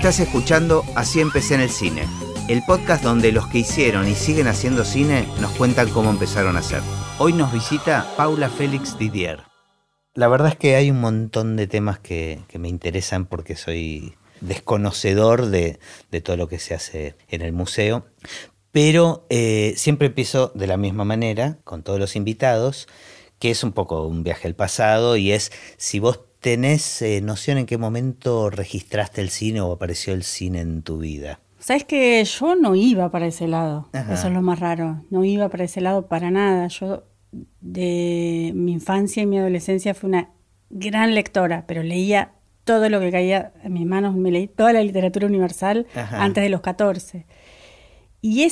Estás escuchando Así empecé en el cine, el podcast donde los que hicieron y siguen haciendo cine nos cuentan cómo empezaron a hacer. Hoy nos visita Paula Félix Didier. La verdad es que hay un montón de temas que me interesan porque soy desconocedor de todo lo que se hace en el museo, pero siempre empiezo de la misma manera con todos los invitados, que es un poco un viaje al pasado, y es si vos tenés noción en qué momento registraste el cine o apareció el cine en tu vida. Sabes que yo no iba para ese lado. Ajá. Eso es lo más raro. No iba para ese lado para nada. Yo de mi infancia y mi adolescencia fui una gran lectora, pero leía todo lo que caía en mis manos. Me leí toda la literatura universal. Ajá. Antes de los 14. Y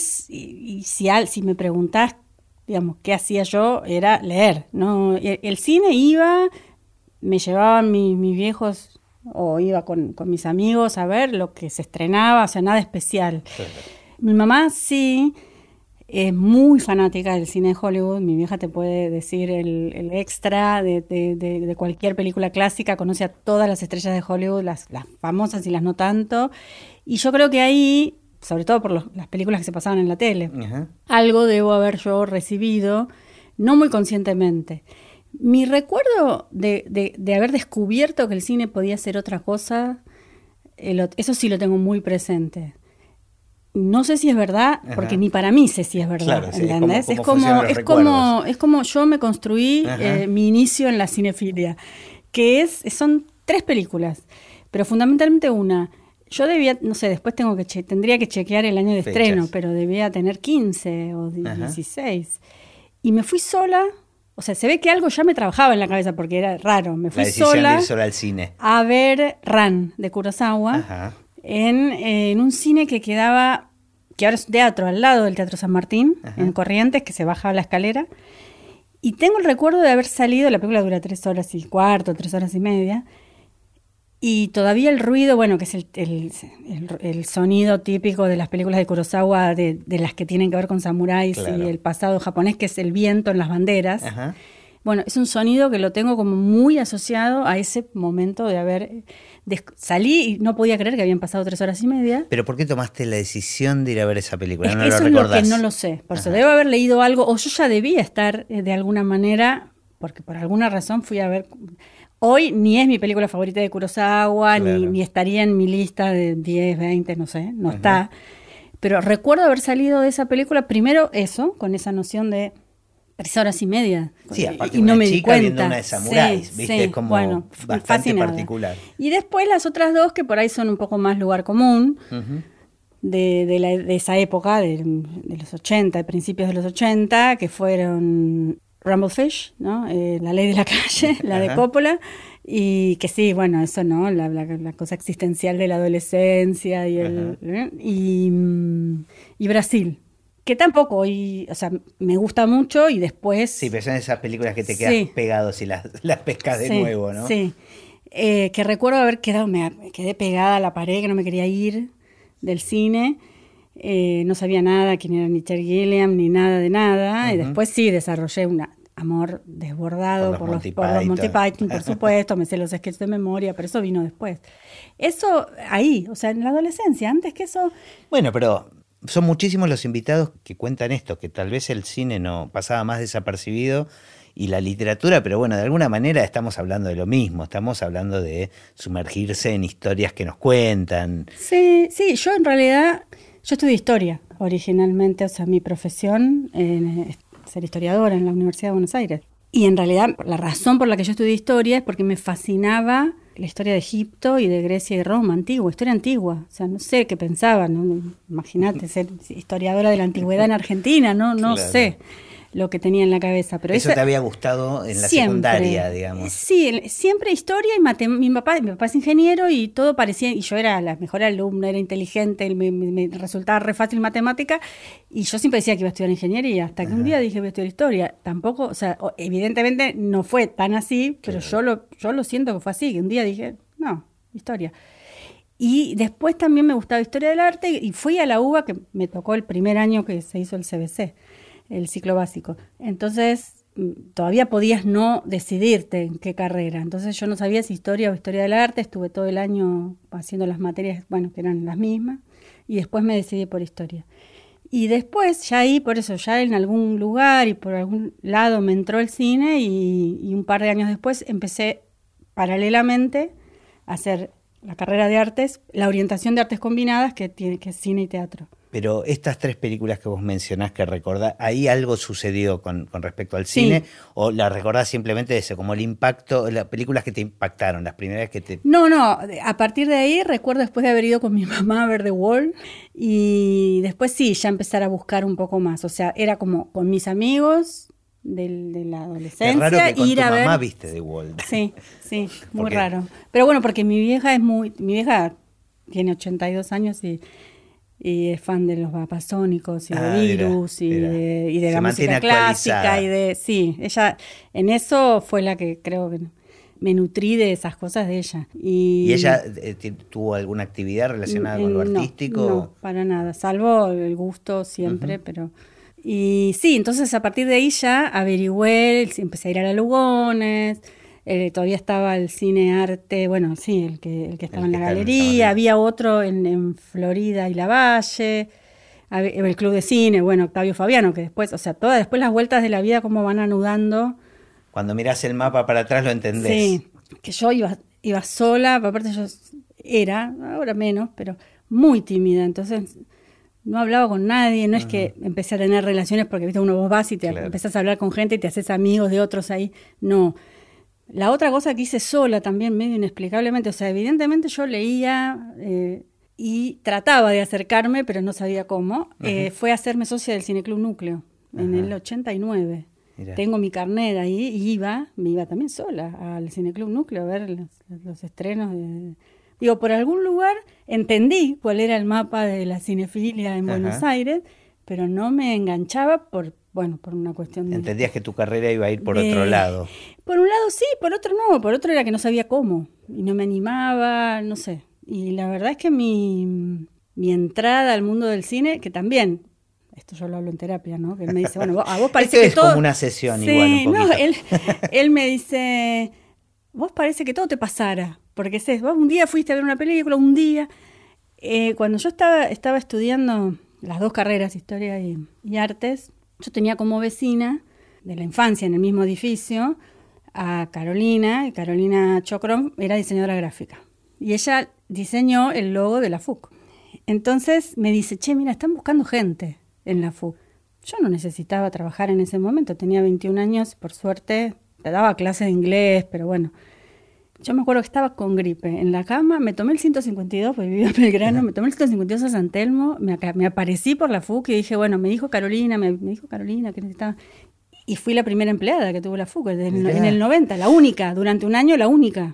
si me preguntás, digamos, qué hacía yo, era leer, ¿no? El cine iba, me llevaban mis viejos o iba con mis amigos a ver lo que se estrenaba, o sea, nada especial. Sí. Mi mamá sí es muy fanática del cine de Hollywood. Mi vieja te puede decir el extra de cualquier película clásica, conoce a todas las estrellas de Hollywood, las famosas y las no tanto. Y yo creo que ahí, sobre todo por las películas que se pasaban en la tele, uh-huh, algo debo haber yo recibido, no muy conscientemente. Mi recuerdo de haber descubierto que el cine podía ser otra cosa, eso sí lo tengo muy presente. No sé si es verdad, ajá, porque ni para mí sé si es verdad, claro, sí, ¿entendés? Es como yo me construí mi inicio en la cinefilia, que son 3 películas, pero fundamentalmente una. Yo debía, no sé, después tendría que chequear el año de fechas, estreno, pero debía tener 15 o 16. Ajá. Y me fui sola. O sea, se ve que algo ya me trabajaba en la cabeza porque era raro. Me fui sola de ir sola al cine a ver Ran de Kurosawa. Ajá. En un cine que ahora es un teatro, al lado del Teatro San Martín, ajá, en Corrientes, que se bajaba la escalera. Y tengo el recuerdo de haber salido, la película dura 3 horas y cuarto, 3 horas y media, y todavía el ruido, bueno, que es el sonido típico de las películas de Kurosawa, de las que tienen que ver con samuráis, claro, y el pasado japonés, que es el viento en las banderas. Ajá. Bueno, es un sonido que lo tengo como muy asociado a ese momento salí y no podía creer que habían pasado 3 horas y media. ¿Pero por qué tomaste la decisión de ir a ver esa película? ¿No eso lo recordás? Es lo que no lo sé. Por eso debo haber leído algo, o yo ya debía estar de alguna manera, porque por alguna razón fui a ver. Hoy ni es mi película favorita de Kurosawa, claro, ni estaría en mi lista de 10, 20, no sé, no, ajá, está. Pero recuerdo haber salido de esa película, primero eso, con esa noción de 3 horas y media. Sí, aparte y una no me chica di cuenta. Viendo una de samuráis, sí, ¿viste? Sí, es como bastante fascinada. Particular. Y después las otras 2, que por ahí son un poco más lugar común, uh-huh, de esa época, de los 80, de principios de los 80, que fueron Rumblefish, ¿no? La ley de la calle, la ajá, de Coppola, y que sí, bueno, eso, ¿no? La cosa existencial de la adolescencia y Brasil. Que tampoco, o sea, me gusta mucho y después. Sí, pero son esas películas que te quedas pegado si las pescas de nuevo, ¿no? Sí, que recuerdo haber quedado, me quedé pegada a la pared, que no me quería ir del cine. No sabía nada quién era ni Terry Gilliam, ni nada de nada. Uh-huh. Y después sí desarrollé un amor desbordado por los Monty Python, por supuesto. Me sé los sketches de memoria, pero eso vino después. Eso ahí, o sea, en la adolescencia, antes que eso. Bueno, pero son muchísimos los invitados que cuentan esto, que tal vez el cine no pasaba más desapercibido y la literatura, pero bueno, de alguna manera estamos hablando de lo mismo, estamos hablando de sumergirse en historias que nos cuentan. Sí, yo en realidad, yo estudié historia originalmente, o sea, mi profesión es ser historiadora en la Universidad de Buenos Aires. Y en realidad la razón por la que yo estudié historia es porque me fascinaba la historia de Egipto y de Grecia y Roma, historia antigua. O sea, no sé qué pensaba, ¿no? Imagínate ser historiadora de la antigüedad en Argentina, no claro, sé lo que tenía en la cabeza. Pero eso te había gustado en la secundaria, digamos. Sí, siempre historia y mi papá es ingeniero y todo parecía, y yo era la mejor alumna, era inteligente, me resultaba re fácil matemática, y yo siempre decía que iba a estudiar ingeniería, hasta que un día dije voy a estudiar historia. Tampoco, o sea, evidentemente no fue tan así, pero claro, yo lo siento que fue así, que un día dije, no, historia. Y después también me gustaba historia del arte y fui a la UBA, que me tocó el primer año que se hizo el CBC, el ciclo básico. Entonces todavía podías no decidirte en qué carrera. Entonces yo no sabía si historia o historia del arte, estuve todo el año haciendo las materias, bueno, que eran las mismas, y después me decidí por historia. Y después, ya ahí, por eso, ya en algún lugar y por algún lado me entró el cine y un par de años después empecé paralelamente a hacer la carrera de artes, la orientación de artes combinadas que es cine y teatro. Pero estas 3 películas que vos mencionás que recordás, ¿ahí algo sucedió con respecto al cine? Sí. ¿O la recordás simplemente de eso, como el impacto, las películas que te impactaron, las primeras que te...? No, a partir de ahí recuerdo después de haber ido con mi mamá a ver The Wall y después sí, ya empezar a buscar un poco más. O sea, era como con mis amigos de la adolescencia. Qué raro que con ir tu a mamá ver... viste The Wall. Sí, muy raro. Pero bueno, porque mi vieja tiene 82 años y es fan de los Babasónicos y de Virus y de la música clásica sí, ella en eso fue la que creo que me nutrí de esas cosas de ella. ¿Y ella tuvo alguna actividad relacionada con lo artístico? No, para nada, salvo el gusto siempre, pero... Y sí, entonces a partir de ahí ya averigüé, empecé a ir a la Lugones, todavía estaba el cine arte, bueno, sí, el que estaba en la galería, había otro en Florida y Lavalle, el Club de Cine, bueno, Octavio Fabiano, que después, o sea, después las vueltas de la vida como van anudando. Cuando mirás el mapa para atrás lo entendés. Sí, que yo iba sola, aparte yo era, ahora menos, pero muy tímida, entonces no hablaba con nadie, no es que empecé a tener relaciones porque, viste, vos vas y te empezás a hablar con gente y te haces amigos de otros ahí, no. La otra cosa que hice sola también, medio inexplicablemente, o sea, evidentemente yo leía y trataba de acercarme, pero no sabía cómo, fue hacerme socia del Cineclub Núcleo en el 89. Mirá. Tengo mi carnet ahí y me iba también sola al Cineclub Núcleo a ver los estrenos. Digo, por algún lugar entendí cuál era el mapa de la cinefilia en Buenos Aires, pero no me enganchaba por una cuestión de... Entendías que tu carrera iba a ir por otro lado. Por un lado sí, por otro no. Por otro era que no sabía cómo. Y no me animaba, no sé. Y la verdad es que mi entrada al mundo del cine, que también, esto yo lo hablo en terapia, ¿no? Que él me dice, bueno, a vos parece esto que es todo... como una sesión igual un poquito. No, él me dice, vos parece que todo te pasara. Porque vos un día fuiste a ver una película, un día... cuando yo estaba estudiando las 2 carreras, historia y artes... Yo tenía como vecina de la infancia en el mismo edificio a Carolina, y Carolina Chocron era diseñadora gráfica. Y ella diseñó el logo de la FUC. Entonces me dice, mira, están buscando gente en la FUC. Yo no necesitaba trabajar en ese momento, tenía 21 años, por suerte, te daba clases de inglés, pero bueno. Yo me acuerdo que estaba con gripe en la cama, me tomé el 152, porque vivía en Belgrano, me tomé el 152 a San Telmo, me aparecí por la FUC y dije, bueno, me dijo Carolina que necesitaba... Y fui la primera empleada que tuvo la FUC en el 90, la única, durante un año la única,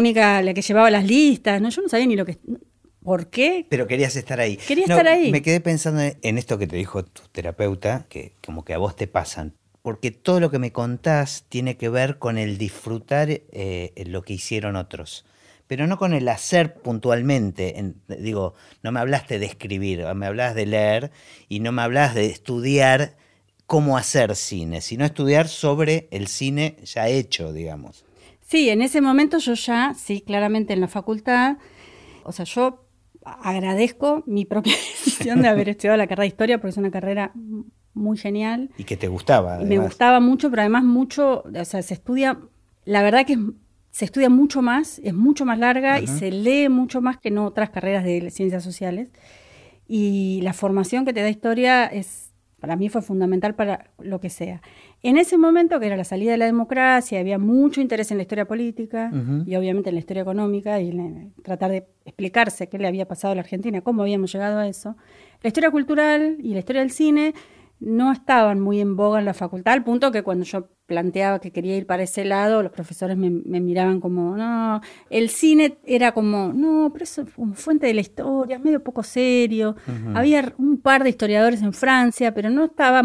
la que llevaba las listas, ¿no? Yo no sabía ni lo que... ¿Por qué? Pero querías estar ahí. Quería estar ahí. Me quedé pensando en esto que te dijo tu terapeuta, que como que a vos te pasan. Porque todo lo que me contás tiene que ver con el disfrutar lo que hicieron otros, pero no con el hacer puntualmente. Digo, no me hablaste de escribir, me hablabas de leer y no me hablabas de estudiar cómo hacer cine, sino estudiar sobre el cine ya hecho, digamos. Sí, en ese momento yo ya, sí, claramente en la facultad, o sea, yo agradezco mi propia decisión de haber estudiado la carrera de historia porque es una carrera muy genial. Y que te gustaba, además. Me gustaba mucho, pero además mucho, o sea, se estudia, la verdad que se estudia mucho más, es mucho más larga y se lee mucho más que en otras carreras de ciencias sociales. Y la formación que te da historia para mí fue fundamental para lo que sea. En ese momento, que era la salida de la democracia, había mucho interés en la historia política y obviamente en la historia económica y en tratar de explicarse qué le había pasado a la Argentina, cómo habíamos llegado a eso. La historia cultural y la historia del cine no estaban muy en boga en la facultad, al punto que cuando yo planteaba que quería ir para ese lado, los profesores me miraban como, no, el cine era como, no, pero eso es una fuente de la historia, es medio poco serio. Había un par de historiadores en Francia, pero no estaba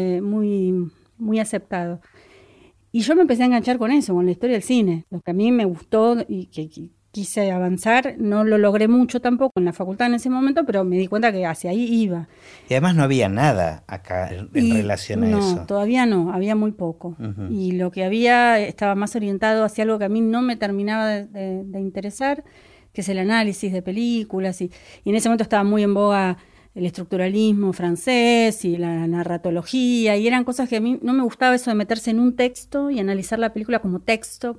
muy aceptado. Y yo me empecé a enganchar con eso, con la historia del cine, lo que a mí me gustó y que quise avanzar, no lo logré mucho tampoco en la facultad en ese momento, pero me di cuenta que hacia ahí iba. Y además no había nada acá en relación a eso. No, todavía no, había muy poco. Y lo que había estaba más orientado hacia algo que a mí no me terminaba de interesar, que es el análisis de películas. Y en ese momento estaba muy en boga el estructuralismo francés y la narratología, y eran cosas que a mí no me gustaba, eso de meterse en un texto y analizar la película como texto.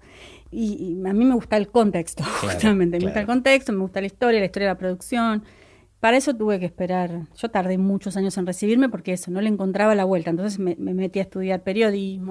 Y a mí me gusta el contexto, justamente. Me gusta el contexto, me gusta la historia de la producción. Para eso tuve que esperar. Yo tardé muchos años en recibirme porque eso, no le encontraba la vuelta. Entonces me metí a estudiar periodismo,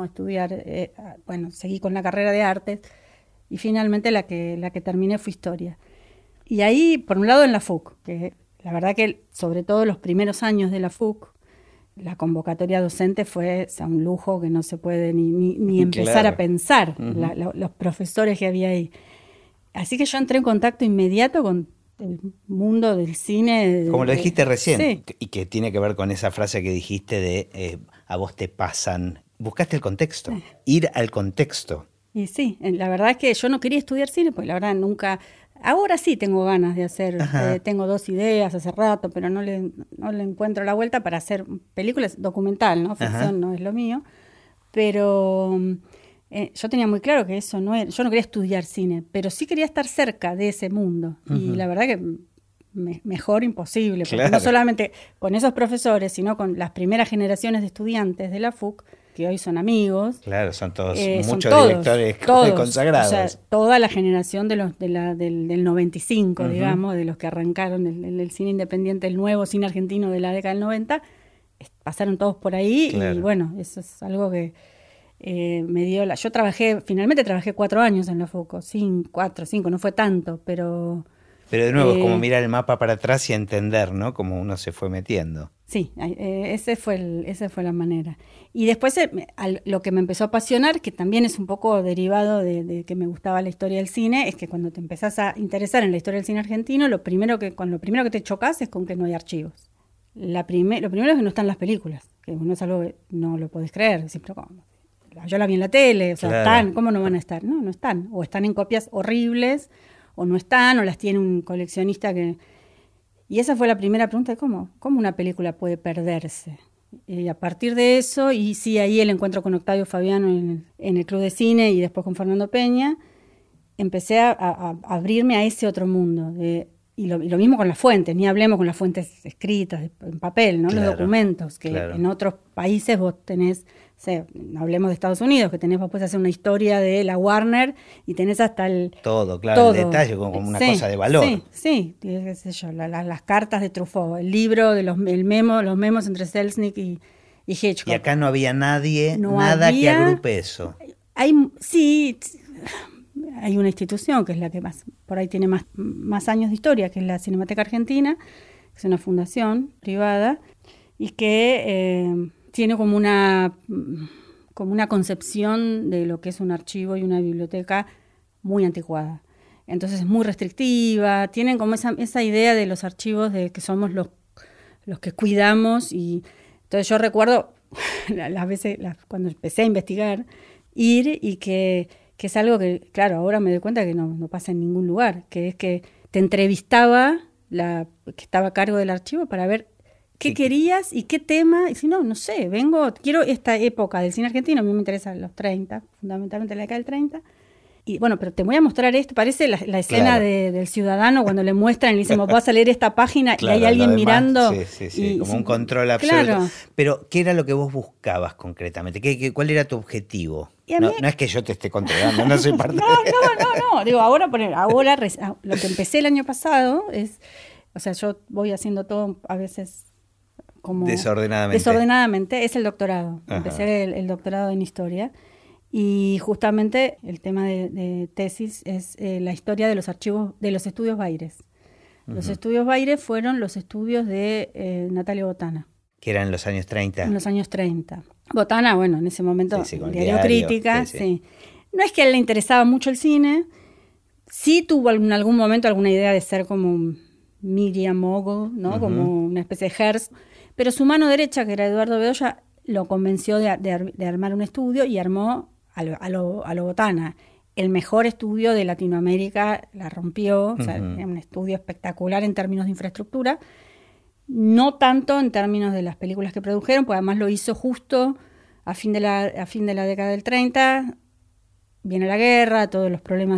seguí con la carrera de artes y finalmente la que terminé fue historia. Y ahí, por un lado, en la FUC, que la verdad que sobre todo los primeros años de la FUC, la convocatoria docente fue un lujo que no se puede ni empezar a pensar, los profesores que había ahí. Así que yo entré en contacto inmediato con el mundo del cine. Como lo dijiste recién, sí. Y que tiene que ver con esa frase que dijiste de a vos te pasan. Buscaste el contexto, ir al contexto. Y sí, la verdad es que yo no quería estudiar cine, pues la verdad nunca... Ahora sí tengo ganas de hacer, tengo 2 ideas hace rato, pero no le encuentro la vuelta para hacer películas documental, ¿no? Ficción no es lo mío, pero yo tenía muy claro que eso no era, yo no quería estudiar cine, pero sí quería estar cerca de ese mundo, y la verdad que mejor imposible, porque no solamente con esos profesores, sino con las primeras generaciones de estudiantes de la FUC, que hoy son amigos. Claro, son todos muchos directores consagrados. O sea, toda la generación del 95, digamos, de los que arrancaron el cine independiente, el nuevo cine argentino de la década del 90, pasaron todos por ahí. Claro. Y bueno, eso es algo que me dio yo finalmente trabajé 4 años en la FUC, 4, 5, no fue tanto, pero de nuevo es como mirar el mapa para atrás y entender, ¿no? Cómo uno se fue metiendo. Sí, esa fue la manera. Y después lo que me empezó a apasionar, que también es un poco derivado de que me gustaba la historia del cine, es que cuando te empezás a interesar en la historia del cine argentino, lo primero que te chocas es con que no hay archivos. Lo primero es que no están las películas, que no es algo que no lo podés creer. Siempre, yo la vi en la tele, o sea, claro. Están, ¿cómo no van a estar? No están. O están en copias horribles, o no están, o las tiene un coleccionista que... Y esa fue la primera pregunta de cómo una película puede perderse. Y a partir de eso, y sí, ahí el encuentro con Octavio Fabiano en el Club de Cine y después con Fernando Peña, empecé a abrirme a ese otro mundo. Y lo mismo con las fuentes, ni hablemos con las fuentes escritas, en papel, ¿no? Claro, los documentos, que en otros países vos tenés, hablemos de Estados Unidos, que tenés, vos podés hacer una historia de la Warner y tenés hasta todo, claro, el detalle como una cosa de valor. Sí, qué sé yo, las cartas de Truffaut, el libro de los memos entre Selznick y Hitchcock. Y acá no había nada que agrupe eso. Hay una institución que es la que por ahí tiene más años de historia, que es la Cinemateca Argentina, que es una fundación privada y que tiene como una concepción de lo que es un archivo y una biblioteca muy anticuada. Entonces es muy restrictiva, tienen como esa idea de los archivos de que somos los que cuidamos. Y entonces yo recuerdo las veces cuando empecé a investigar, ir y que es algo que, claro, ahora me doy cuenta que no pasa en ningún lugar, que es que te entrevistaba la que estaba a cargo del archivo para ver qué querías y qué tema, y si no sé, quiero esta época del cine argentino, a mí me interesan los 30, fundamentalmente la década del 30, y bueno, pero te voy a mostrar esto, parece la escena del Ciudadano cuando le muestran y le dicen, vas a leer esta página, claro, y hay alguien mirando. Sí, como un control absoluto. Claro. Pero, ¿qué era lo que vos buscabas concretamente? ¿Cuál era tu objetivo? No es que yo te esté controlando, no soy parte No. Digo, ahora lo que empecé el año pasado es, o sea, yo voy haciendo todo a veces como... Desordenadamente, es el doctorado. Ajá. Empecé el doctorado en historia. Y justamente el tema de tesis es la historia de los archivos, de los estudios Baires. Uh-huh. Los estudios Baires fueron los estudios de Natalia Botana. Que eran en los años 30. En los años 30. Botana, bueno, en ese momento, diario Crítica, sí. No es que a él le interesaba mucho el cine, sí tuvo en algún momento alguna idea de ser como Miriam Mogul, ¿no? Uh-huh. Como una especie de Hearst, pero su mano derecha, que era Eduardo Bedoya, lo convenció de armar un estudio y armó a lo Botana. el mejor estudio de Latinoamérica, la rompió, o sea, era un estudio espectacular en términos de infraestructura, no tanto en términos de las películas que produjeron, porque además lo hizo justo a fin de la década del 30, viene la guerra, todos los problemas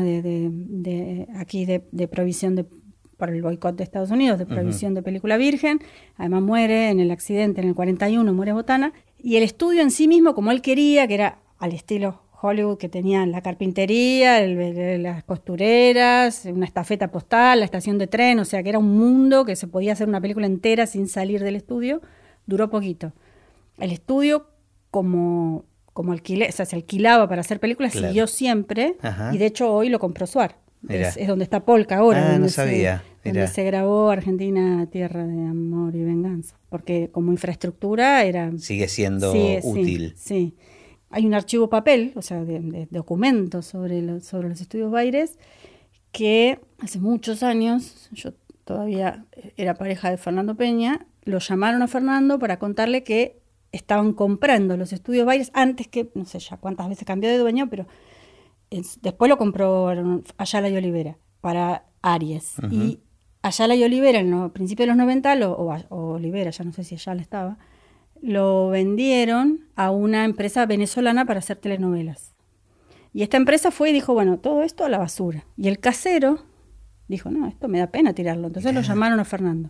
de provisión por el boicot de Estados Unidos, de provisión de película virgen, además muere en el accidente en el 41, muere Botana, y el estudio en sí mismo, como él quería, que era al estilo Hollywood, que tenían la carpintería, las costureras, una estafeta postal, la estación de tren, o sea que era un mundo que se podía hacer una película entera sin salir del estudio, duró poquito. El estudio como alquiler, o sea, se alquilaba para hacer películas, claro, siguió siempre, y de hecho hoy lo compró Suar. Es donde está Polka ahora, donde, no sabía. Donde se grabó Argentina, Tierra de Amor y Venganza, porque como infraestructura sigue siendo útil. Sí. Hay un archivo papel, o sea, de documentos sobre los estudios Baires, que hace muchos años, yo todavía era pareja de Fernando Peña, lo llamaron a Fernando para contarle que estaban comprando los estudios Baires antes que, no sé ya cuántas veces cambió de dueño, pero después lo compró Ayala y Olivera para Aries. Y Ayala y Olivera, en los principios de los 90, o Olivera, ya no sé si Ayala estaba, lo vendieron a una empresa venezolana para hacer telenovelas. Y esta empresa fue y dijo, bueno, todo esto a la basura. Y el casero dijo, no, esto me da pena tirarlo. Entonces lo llamaron a Fernando.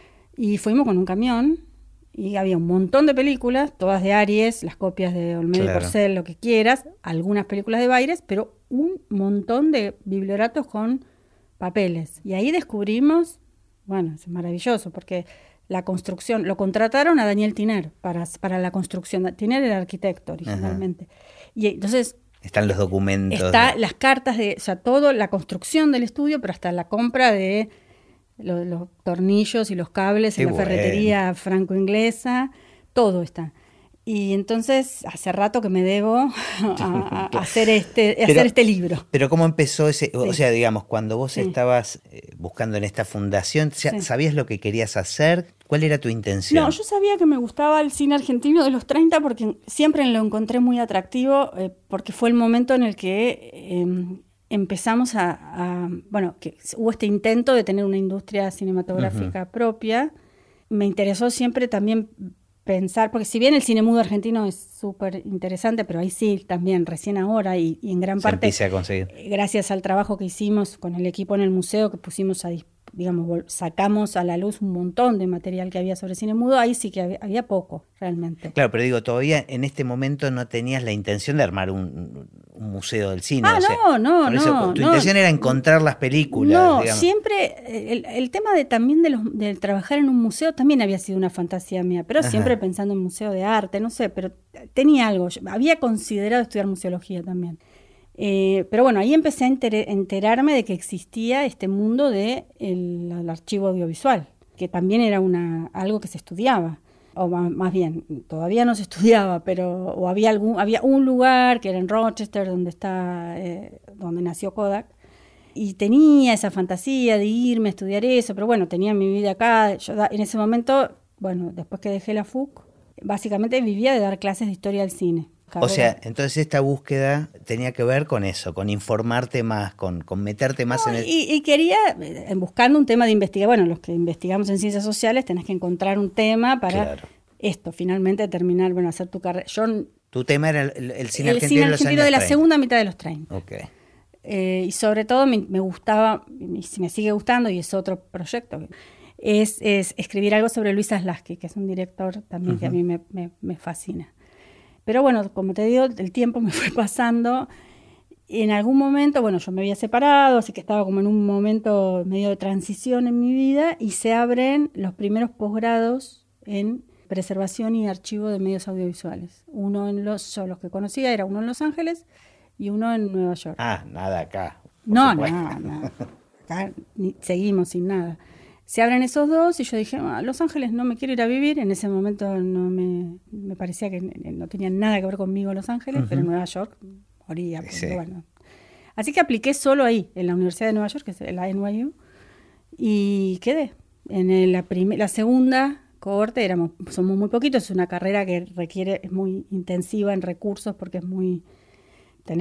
Y fuimos con un camión y había un montón de películas, todas de Aries, las copias de Olmedo y Porcel, lo que quieras, algunas películas de Baires, pero un montón de biblioratos con papeles. Y ahí descubrimos, bueno, es maravilloso, porque la construcción, lo contrataron a Daniel Tiner para la construcción. Tiner era arquitecto originalmente. Y entonces están los documentos. Las cartas o sea, todo, la construcción del estudio, pero hasta la compra de los tornillos y los cables en la ferretería franco-inglesa, todo está. Y entonces, hace rato que me debo a hacer este libro. Pero ¿cómo empezó ese? O sea, digamos, cuando vos estabas buscando en esta fundación, ¿sabías lo que querías hacer? ¿Cuál era tu intención? No, yo sabía que me gustaba el cine argentino de los 30 porque siempre lo encontré muy atractivo, porque fue el momento en el que empezamos que hubo este intento de tener una industria cinematográfica propia. Me interesó siempre también pensar, porque si bien el cine mudo argentino es súper interesante, pero ahí sí también recién ahora y en gran parte empieza a conseguir. Gracias al trabajo que hicimos con el equipo en el museo, que pusimos sacamos a la luz un montón de material que había sobre cine mudo, ahí sí que había poco, realmente. Claro, pero digo, todavía en este momento no tenías la intención de armar un museo del cine. No. Tu intención era encontrar las películas. No, digamos. Siempre, el tema también de trabajar en un museo también había sido una fantasía mía, pero siempre pensando en museo de arte, no sé, pero tenía algo, había considerado estudiar museología también. Pero bueno, ahí empecé a enterarme de que existía este mundo del archivo audiovisual, que también era algo que se estudiaba, o más bien, todavía no se estudiaba, pero había un lugar que era en Rochester, donde nació Kodak, y tenía esa fantasía de irme a estudiar eso, pero bueno, tenía mi vida acá. Yo en ese momento, bueno, después que dejé la FUC, básicamente vivía de dar clases de historia del cine. O sea, entonces esta búsqueda tenía que ver con eso, con informarte más, con meterte más en el... Y quería, buscando un tema de investigación, bueno, los que investigamos en ciencias sociales tenés que encontrar un tema para esto, finalmente terminar, hacer tu carrera. Tu tema era el cine argentino de los años 30. De la segunda mitad de los 30. Okay. Y sobre todo me gustaba, y me sigue gustando, y es otro proyecto, es escribir algo sobre Luis Zaslavsky, que es un director también que a mí me fascina. Pero bueno, como te digo, el tiempo me fue pasando. En algún momento, yo me había separado, así que estaba como en un momento medio de transición en mi vida, y se abren los primeros posgrados en preservación y archivo de medios audiovisuales. Los que conocía era uno en Los Ángeles y uno en Nueva York. Nada acá. No. Acá seguimos sin nada. Se abren esos dos y yo dije, Los Ángeles no me quiero ir a vivir. En ese momento no me parecía que no tenía nada que ver conmigo Los Ángeles, pero Nueva York moría. Bueno. Así que apliqué solo ahí, en la Universidad de Nueva York, que es la NYU, y quedé. En la segunda cohorte somos muy poquitos, es una carrera que es muy intensiva en recursos porque tenés que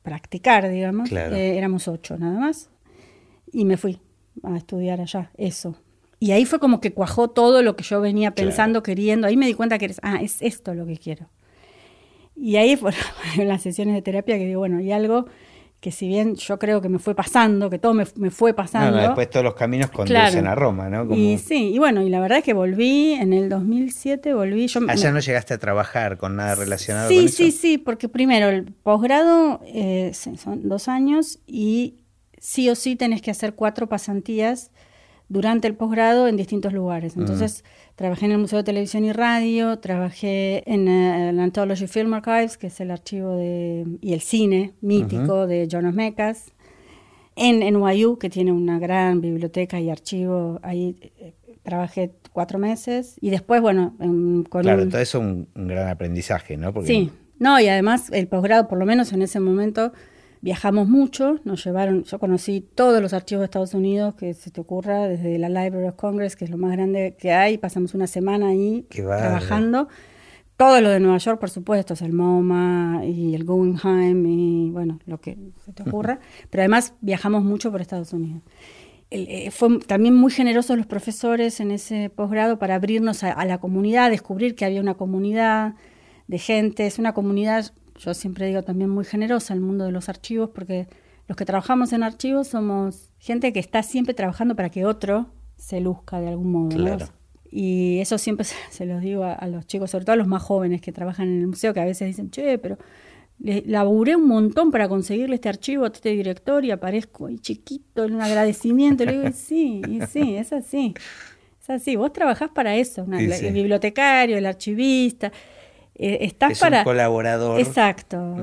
practicar, digamos. Claro. Éramos 8 nada más. Y me fui a estudiar allá, eso. Y ahí fue como que cuajó todo lo que yo venía pensando, queriendo. Ahí me di cuenta que es esto lo que quiero. Y ahí fueron las sesiones de terapia que digo, bueno, hay algo que si bien yo creo que me fue pasando, que todo me fue pasando. Después todos los caminos conducen a Roma, ¿no? Como... Y sí, y bueno, y la verdad es que volví, en el 2007 volví. ¿Allá no llegaste a trabajar con nada relacionado con eso? Sí, porque primero el posgrado son 2 años y sí o sí tenés que hacer 4 pasantías durante el posgrado en distintos lugares. Entonces, trabajé en el Museo de Televisión y Radio, trabajé en el Anthology Film Archives, que es el archivo y el cine mítico de Jonas Mekas, en NYU, que tiene una gran biblioteca y archivo. Ahí trabajé 4 meses y después, bueno... Claro, todo eso es un gran aprendizaje, ¿no? Porque... Sí, no, y además el posgrado, por lo menos en ese momento... Viajamos mucho, nos llevaron, yo conocí todos los archivos de Estados Unidos que se te ocurra, desde la Library of Congress, que es lo más grande que hay, pasamos una semana ahí trabajando. Todo lo de Nueva York, por supuesto, es el MoMA y el Guggenheim y bueno, lo que se te ocurra. Pero además viajamos mucho por Estados Unidos. Fue también muy generosos los profesores en ese posgrado para abrirnos a la comunidad, descubrir que había una comunidad de gente, es una comunidad... Yo siempre digo también muy generosa el mundo de los archivos, porque los que trabajamos en archivos somos gente que está siempre trabajando para que otro se luzca de algún modo. Claro. ¿No? Y eso siempre se los digo a los chicos, sobre todo a los más jóvenes que trabajan en el museo, que a veces dicen, che, pero laburé un montón para conseguirle este archivo a este director y aparezco ahí chiquito en un agradecimiento. Y le digo, sí, es así. Es así, vos trabajás para eso, el bibliotecario, el archivista... estás es un colaborador. Exacto.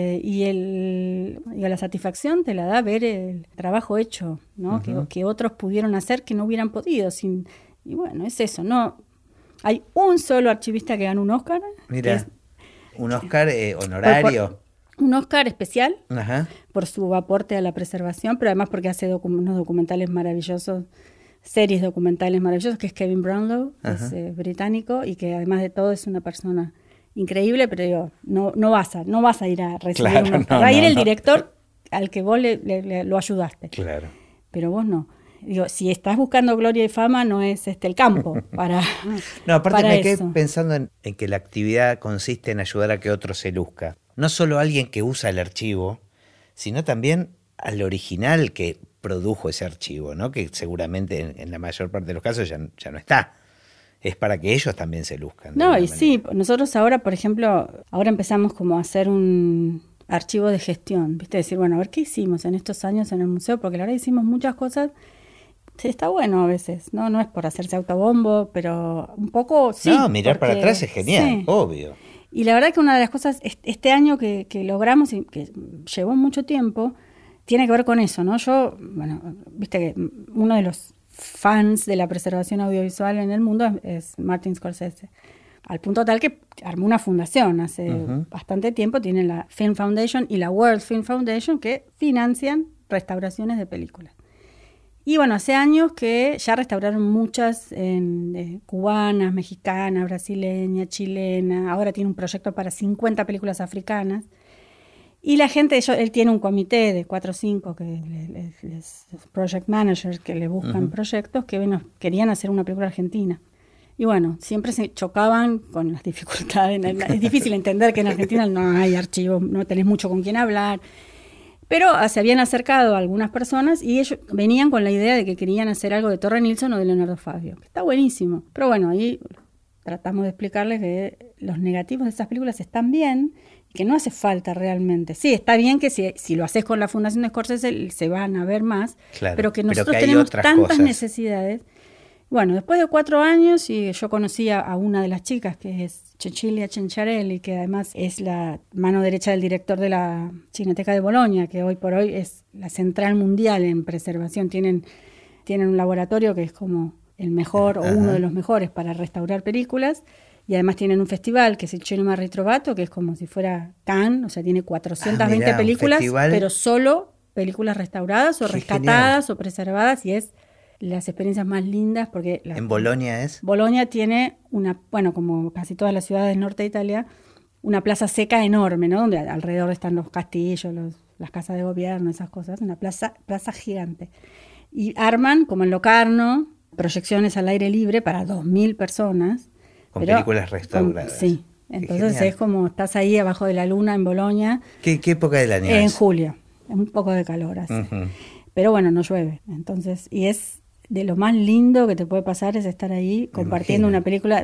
Y la satisfacción te la da ver el trabajo hecho, ¿no? Que otros pudieron hacer que no hubieran podido. Y bueno, es eso, ¿no? Hay un solo archivista que ganó un Oscar. Mira, un Oscar honorario. Un Oscar especial por su aporte a la preservación, pero además porque hace unos documentales maravillosos, series documentales maravillosas, que es Kevin Brownlow, que es británico, y que además de todo es una persona... increíble, pero digo, no vas a ir a recibir un Oscar. Va a ir el director al que vos lo ayudaste. Claro. Pero vos no. Digo, si estás buscando gloria y fama, no es el campo para No, aparte para me quedé eso. pensando en que la actividad consiste en ayudar a que otro se luzca. No solo alguien que usa el archivo, sino también al original que produjo ese archivo, ¿no? Que seguramente en la mayor parte de los casos ya no está. Es para que ellos también se luzcan. No, y sí, nosotros ahora, por ejemplo, empezamos como a hacer un archivo de gestión, ¿viste? Decir, bueno, a ver qué hicimos en estos años en el museo, porque la verdad hicimos muchas cosas. Sí, está bueno a veces, no es por hacerse autobombo, pero un poco sí. No, mirar para atrás es genial, obvio. Y la verdad que una de las cosas, este año que logramos y que llevó mucho tiempo, tiene que ver con eso, ¿no? Yo, bueno, viste que uno de los fans de la preservación audiovisual en el mundo es Martin Scorsese, al punto tal que armó una fundación hace bastante tiempo, tiene la Film Foundation y la World Film Foundation, que financian restauraciones de películas. Y bueno, hace años que ya restauraron muchas cubanas, mexicanas, brasileñas, chilenas, ahora tiene un proyecto para 50 películas africanas. Y la gente, él tiene un comité de 4 o 5 que es project managers que le buscan proyectos que querían hacer una película argentina. Y bueno, siempre se chocaban con las dificultades. Es difícil entender que en Argentina no hay archivos, no tenés mucho con quién hablar. Pero se habían acercado a algunas personas y ellos venían con la idea de que querían hacer algo de Torre Nilsson o de Leonardo Fabio, que está buenísimo. Pero bueno, ahí tratamos de explicarles que los negativos de esas películas están bien, que no hace falta realmente. Sí, está bien que si lo haces con la Fundación de Scorsese se van a ver más, claro, pero que nosotros tenemos tantas necesidades. Bueno, después de 4 años, y yo conocí a una de las chicas, que es Cecilia Cenciarelli, que además es la mano derecha del director de la Cineteca de Bolonia, que hoy por hoy es la central mundial en preservación. Tienen un laboratorio que es como el mejor o uno de los mejores para restaurar películas. Y además tienen un festival que es el Cinema Ritrovato, que es como si fuera Cannes, o sea, tiene 420 películas, pero solo películas restauradas o rescatadas o preservadas, y es las experiencias más lindas porque... ¿En Bolonia es? Bolonia tiene como casi todas las ciudades del norte de Italia, una plaza seca enorme, ¿no? Donde alrededor están los castillos, las casas de gobierno, esas cosas, una plaza gigante. Y arman, como en Locarno, proyecciones al aire libre para 2.000 personas. Con películas restauradas. Sí. Entonces es como estás ahí abajo de la luna en Bolonia. ¿Qué época del año es? En julio. Un poco de calor así. Pero bueno, no llueve. Entonces, y es de lo más lindo que te puede pasar es estar ahí compartiendo una película.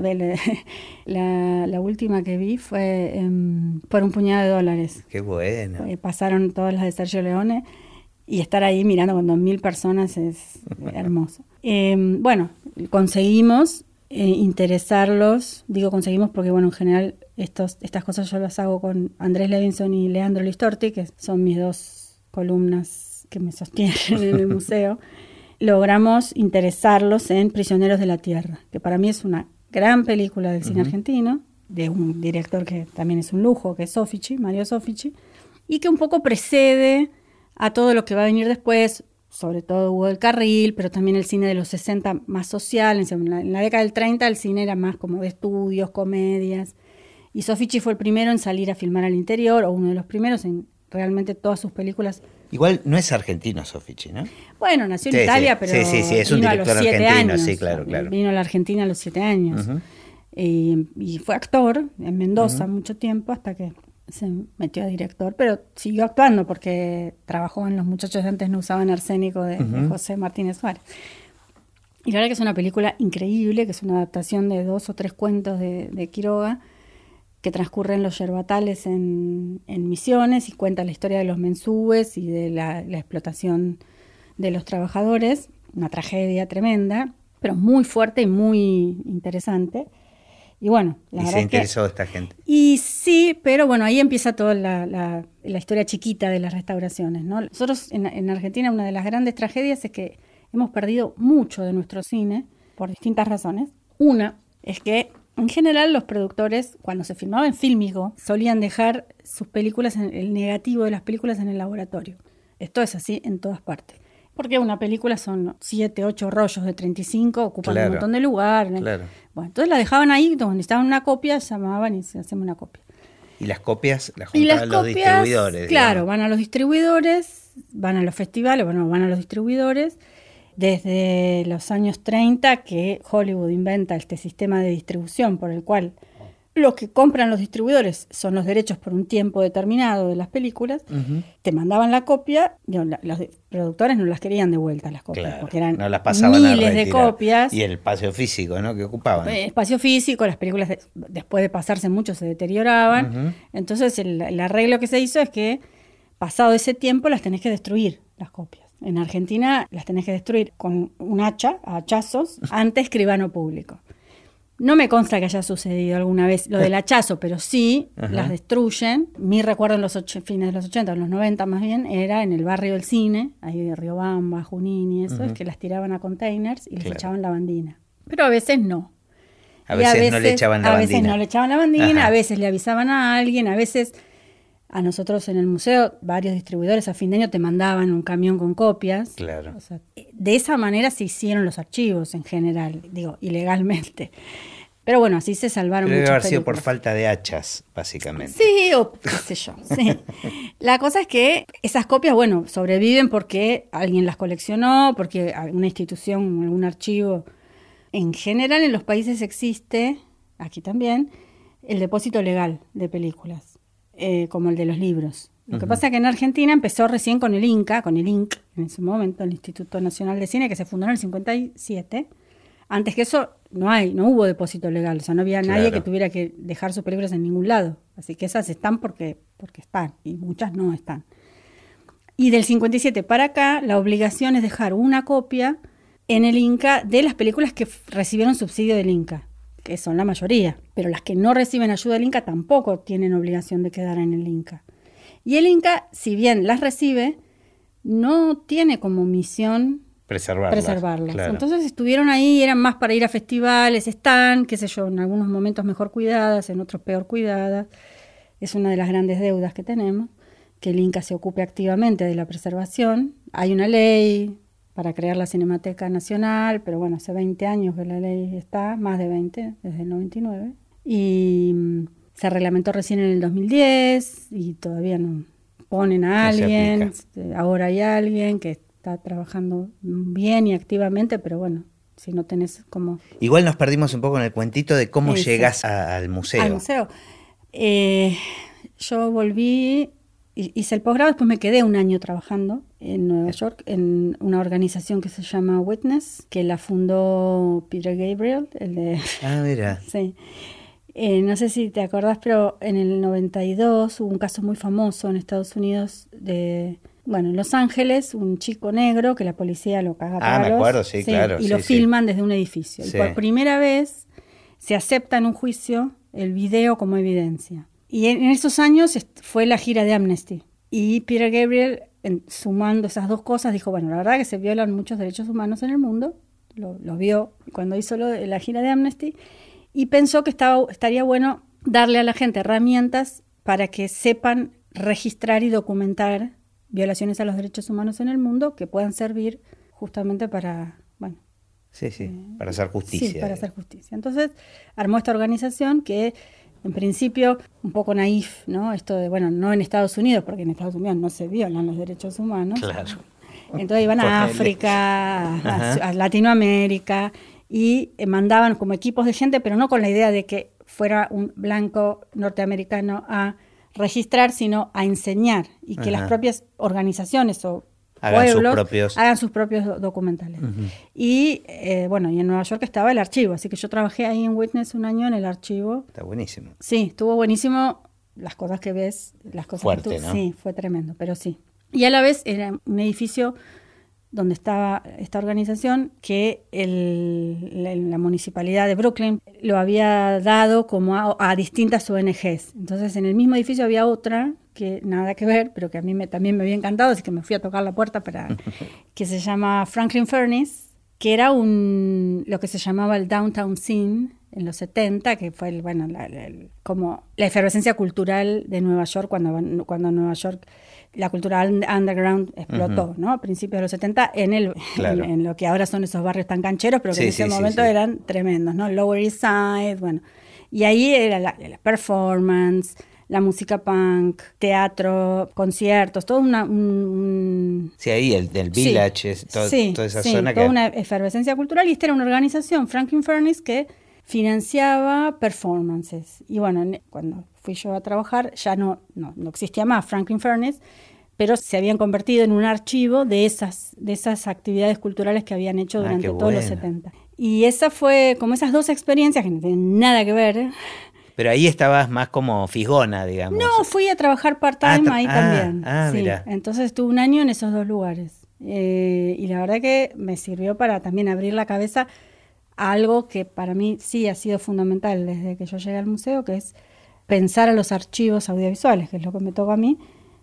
La última que vi fue por un puñado de dólares. Qué bueno. Pasaron todas las de Sergio Leone y estar ahí mirando con 2.000 personas es hermoso. Bueno, conseguimos interesarlos. Digo conseguimos porque, bueno, en general estas cosas yo las hago con Andrés Levinson y Leandro Listorti, que son mis dos columnas que me sostienen en el museo. Logramos interesarlos en Prisioneros de la Tierra, que para mí es una gran película del cine argentino, de un director que también es un lujo, que es Soffici, Mario Soffici, y que un poco precede a todo lo que va a venir después, sobre todo Hugo del Carril, pero también el cine de los 60 más social. En la década del 30 el cine era más como de estudios, comedias, y Soffici fue el primero en salir a filmar al interior, o uno de los primeros en realmente todas sus películas. Igual no es argentino Soffici, ¿no? Bueno, nació en Italia, pero sí, es un director argentino, sí, claro. Vino a la Argentina a los 7 años. Y fue actor en Mendoza mucho tiempo hasta que se metió a director, pero siguió actuando porque trabajó en Los muchachos de antes no usaban arsénico de José Martínez Suárez. Y la verdad que es una película increíble, que es una adaptación de 2 o 3 cuentos de Quiroga, que transcurre en los yerbatales en Misiones y cuenta la historia de los mensúes y de la explotación de los trabajadores. Una tragedia tremenda, pero muy fuerte y muy interesante. Y bueno, la verdad se interesó esta gente. Y sí, pero bueno, ahí empieza toda la historia chiquita de las restauraciones, ¿no? Nosotros en Argentina una de las grandes tragedias es que hemos perdido mucho de nuestro cine por distintas razones. Una es que en general los productores, cuando se filmaba en fílmico, solían dejar sus películas, el negativo de las películas en el laboratorio. Esto es así en todas partes. Porque una película son 7, 8 rollos de 35, ocupan un montón de lugar. Claro. Bueno, entonces la dejaban ahí, donde necesitaban una copia, llamaban y se hacían una copia. ¿Y las copias las juntaban los distribuidores? Claro, digamos. van a los distribuidores, van a los festivales, van a los distribuidores. Desde los años 30 que Hollywood inventa este sistema de distribución por el cual lo que compran los distribuidores son los derechos por un tiempo determinado de las películas, te mandaban la copia, los productores no las querían de vuelta las copias, porque eran no las pasaban miles de copias. Y el espacio físico, ¿no?, que ocupaban. Espacio físico, las películas después de pasarse mucho se deterioraban, entonces el arreglo que se hizo es que pasado ese tiempo las tenés que destruir, las copias. En Argentina las tenés que destruir con un hacha, a hachazos, ante escribano público. No me consta que haya sucedido alguna vez lo del hachazo, pero sí las destruyen. Mi recuerdo en los fines de los 80, en los 90 más bien, era en el barrio del cine, ahí de Riobamba, Junín y eso, es que las tiraban a containers y les echaban lavandina. Pero a veces no. A veces no le echaban lavandina. A veces no le echaban lavandina, a veces le avisaban a alguien, a veces... A nosotros en el museo, varios distribuidores a fin de año te mandaban un camión con copias. Claro. O sea, de esa manera se hicieron los archivos en general, digo, ilegalmente. Pero bueno, así se salvaron muchas películas. Debe haber sido por falta de hachas, básicamente. Sí, o qué sé yo, sí. La cosa es que esas copias, bueno, sobreviven porque alguien las coleccionó, porque alguna institución, algún archivo. En general en los países existe, aquí también, el depósito legal de películas. Como el de los libros. Lo que pasa es que en Argentina empezó recién con el INC, en su momento, el Instituto Nacional de Cine, que se fundó en el 57. Antes que eso no hubo depósito legal, o sea, no había nadie que tuviera que dejar sus películas en ningún lado. Así que esas están porque están, y muchas no están. Y del 57 para acá, la obligación es dejar una copia en el INCA de las películas que recibieron subsidio del INCA, que son la mayoría, pero las que no reciben ayuda del INCA tampoco tienen obligación de quedar en el INCA. Y el INCA, si bien las recibe, no tiene como misión preservarlas. Claro. Entonces estuvieron ahí, eran más para ir a festivales, están, qué sé yo, en algunos momentos mejor cuidadas, en otros peor cuidadas. Es una de las grandes deudas que tenemos, que el INCA se ocupe activamente de la preservación. Hay una ley para crear la Cinemateca Nacional, pero bueno, hace 20 años que la ley está, más de 20, desde el 99, y se reglamentó recién en el 2010 y todavía no ponen a alguien, ahora hay alguien que está trabajando bien y activamente, pero bueno, si no tenés como... Igual nos perdimos un poco en el cuentito de cómo llegás al museo. Al museo. Yo volví, hice el posgrado, después me quedé un año trabajando en Nueva York en una organización que se llama Witness, que la fundó Peter Gabriel, el de... Ah, mira. Sí. No sé si te acordás, pero en el 92 hubo un caso muy famoso en Estados Unidos en Los Ángeles, un chico negro que la policía lo caga a palos. Me acuerdo, sí, claro. Y lo filman desde un edificio. Sí. Y por primera vez se acepta en un juicio el video como evidencia. Y en esos años fue la gira de Amnesty. Y Peter Gabriel, sumando esas dos cosas, dijo, bueno, la verdad que se violan muchos derechos humanos en el mundo. Lo vio cuando hizo la gira de Amnesty. Y pensó que estaría bueno darle a la gente herramientas para que sepan registrar y documentar violaciones a los derechos humanos en el mundo que puedan servir justamente para, para hacer justicia. Sí, para hacer justicia. Entonces armó esta organización que en principio un poco naif, ¿no? Esto de, no en Estados Unidos, porque en Estados Unidos no se violan los derechos humanos. Claro. Entonces iban a África, a Latinoamérica, y mandaban como equipos de gente, pero no con la idea de que fuera un blanco norteamericano a registrar, sino a enseñar, y que las propias organizaciones o pueblos hagan sus propios documentales. Uh-huh. Y y en Nueva York estaba el archivo, así que yo trabajé ahí en Witness un año en el archivo. Está buenísimo. Sí, estuvo buenísimo, las cosas que ves, las cosas fuerte, que tú... ¿no? Sí, fue tremendo, pero sí. Y a la vez era un edificio donde estaba esta organización que la municipalidad de Brooklyn lo había dado como a distintas ONGs. Entonces en el mismo edificio había otra que nada que ver, pero que a mí también me había encantado, así que me fui a tocar la puerta que se llama Franklin Furnace, que era lo que se llamaba el downtown scene en los 70, que fue como la efervescencia cultural de Nueva York cuando Nueva York, la cultura underground explotó, uh-huh. ¿no? A principios de los 70 en lo que ahora son esos barrios tan cancheros, pero que en ese momento eran tremendos, ¿no? Lower East Side, y ahí era la performance, la música punk, teatro, conciertos, todo Sí, ahí el Village, toda esa zona. Toda una efervescencia cultural, y esta era una organización, Franklin Furnace, que financiaba performances. Y cuando fui yo a trabajar ya no existía más Franklin Furnace, pero se habían convertido en un archivo de esas actividades culturales que habían hecho durante todos los 70. Y esa fue como esas dos experiencias que no tienen nada que ver. Pero ahí estabas más como fijona, digamos. No, fui a trabajar part-time ahí también. Sí. Mira. Entonces estuve un año en esos dos lugares. Y la verdad que me sirvió para también abrir la cabeza a algo que para mí sí ha sido fundamental desde que yo llegué al museo, que es pensar a los archivos audiovisuales, que es lo que me toca a mí,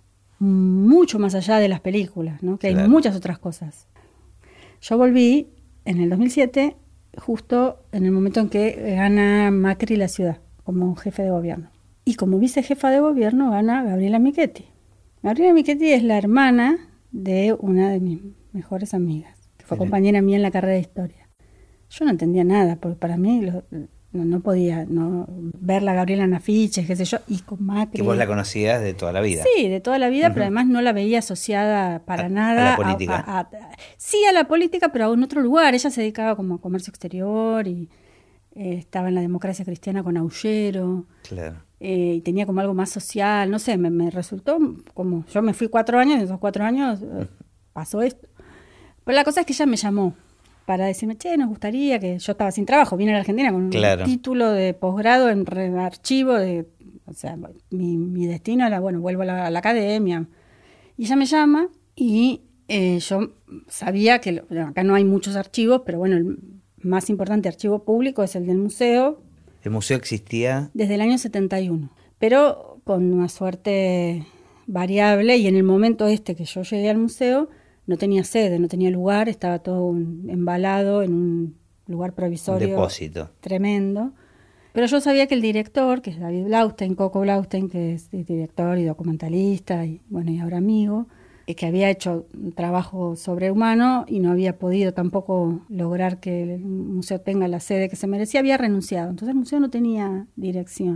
mucho más allá de las películas, ¿no? Que hay muchas otras cosas. Yo volví en el 2007, justo en el momento en que gana Macri la ciudad como jefe de gobierno. Y como vicejefa de gobierno gana Gabriela Michetti. Gabriela Michetti es la hermana de una de mis mejores amigas, que fue compañera mía en la carrera de historia. Yo no entendía nada, porque para mí no podía verla a Gabriela en afiches, qué sé yo, y con Macri. Que vos la conocías de toda la vida. Sí, de toda la vida, uh-huh. Pero además no la veía asociada para nada. A la política. Sí, a la política, pero en otro lugar. Ella se dedicaba como a comercio exterior y estaba en la Democracia Cristiana con Aullero. Claro. Y tenía como algo más social, no sé, me resultó como... Yo me fui 4 años, y en esos 4 años pasó esto. Pero la cosa es que ella me llamó para decirme, nos gustaría que... Yo estaba sin trabajo, vine a la Argentina con un título de posgrado en archivo, o sea, mi destino era, vuelvo a la academia. Y ella me llama y yo sabía que acá no hay muchos archivos, pero el más importante archivo público es el del museo. ¿El museo existía? Desde el año 71, pero con una suerte variable, y en el momento que yo llegué al museo no tenía sede, no tenía lugar, estaba todo embalado en un lugar provisorio. Un depósito. Tremendo. Pero yo sabía que el director, que es David Blaustein, Coco Blaustein, que es director y documentalista, y ahora amigo, que había hecho un trabajo sobrehumano y no había podido tampoco lograr que el museo tenga la sede que se merecía, había renunciado. Entonces el museo no tenía dirección.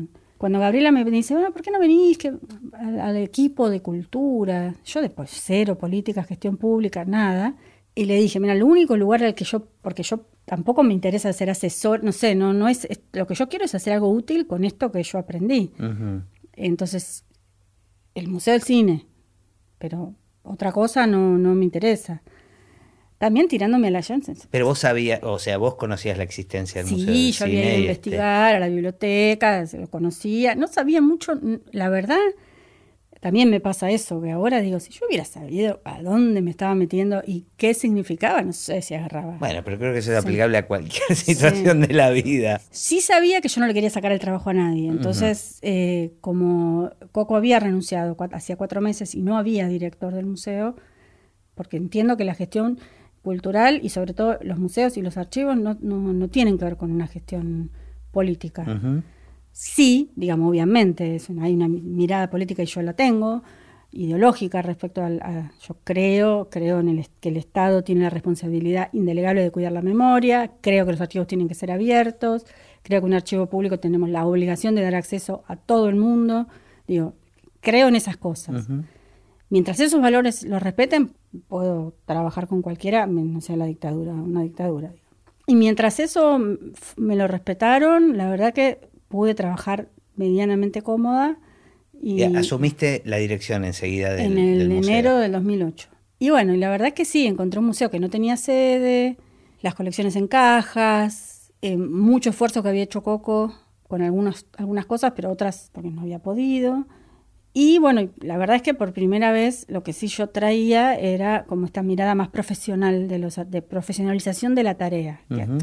cuando Gabriela me dice, bueno, ¿por qué no venís al equipo de cultura? Yo después, cero política, gestión pública, nada. Y le dije, mira, el único lugar al que porque yo tampoco me interesa ser asesor, no sé, no es, lo que yo quiero es hacer algo útil con esto que yo aprendí. Uh-huh. Entonces, el Museo del Cine, pero otra cosa no me interesa. También tirándome a la Janssen. Pero vos sabías, o sea, vos conocías la existencia del Museo del Cine. Sí, yo había ido a investigar a la biblioteca, se lo conocía. No sabía mucho, la verdad, también me pasa eso, que ahora digo, si yo hubiera sabido a dónde me estaba metiendo y qué significaba, no sé si agarraba. Bueno, pero creo que eso es aplicable a cualquier situación de la vida. Sí sabía que yo no le quería sacar el trabajo a nadie. Entonces, como Coco había renunciado hacía 4 meses y no había director del museo, porque entiendo que la gestión cultural y sobre todo los museos y los archivos no tienen que ver con una gestión política. Uh-huh. Sí, digamos, obviamente, hay una mirada política y yo la tengo, ideológica respecto yo creo que el Estado tiene la responsabilidad indelegable de cuidar la memoria, creo que los archivos tienen que ser abiertos, creo que un archivo público tenemos la obligación de dar acceso a todo el mundo, digo, creo en esas cosas. Uh-huh. Mientras esos valores los respeten, puedo trabajar con cualquiera, no sea una dictadura. Y mientras eso me lo respetaron, la verdad que pude trabajar medianamente cómoda. Y asumiste la dirección enseguida del museo. En enero del 2008. Y bueno, y la verdad que sí, encontré un museo que no tenía sede, las colecciones en cajas, mucho esfuerzo que había hecho Coco con algunas cosas, pero otras porque no había podido. Y bueno, la verdad es que por primera vez lo que sí yo traía era como esta mirada más profesional de profesionalización de la tarea. Uh-huh.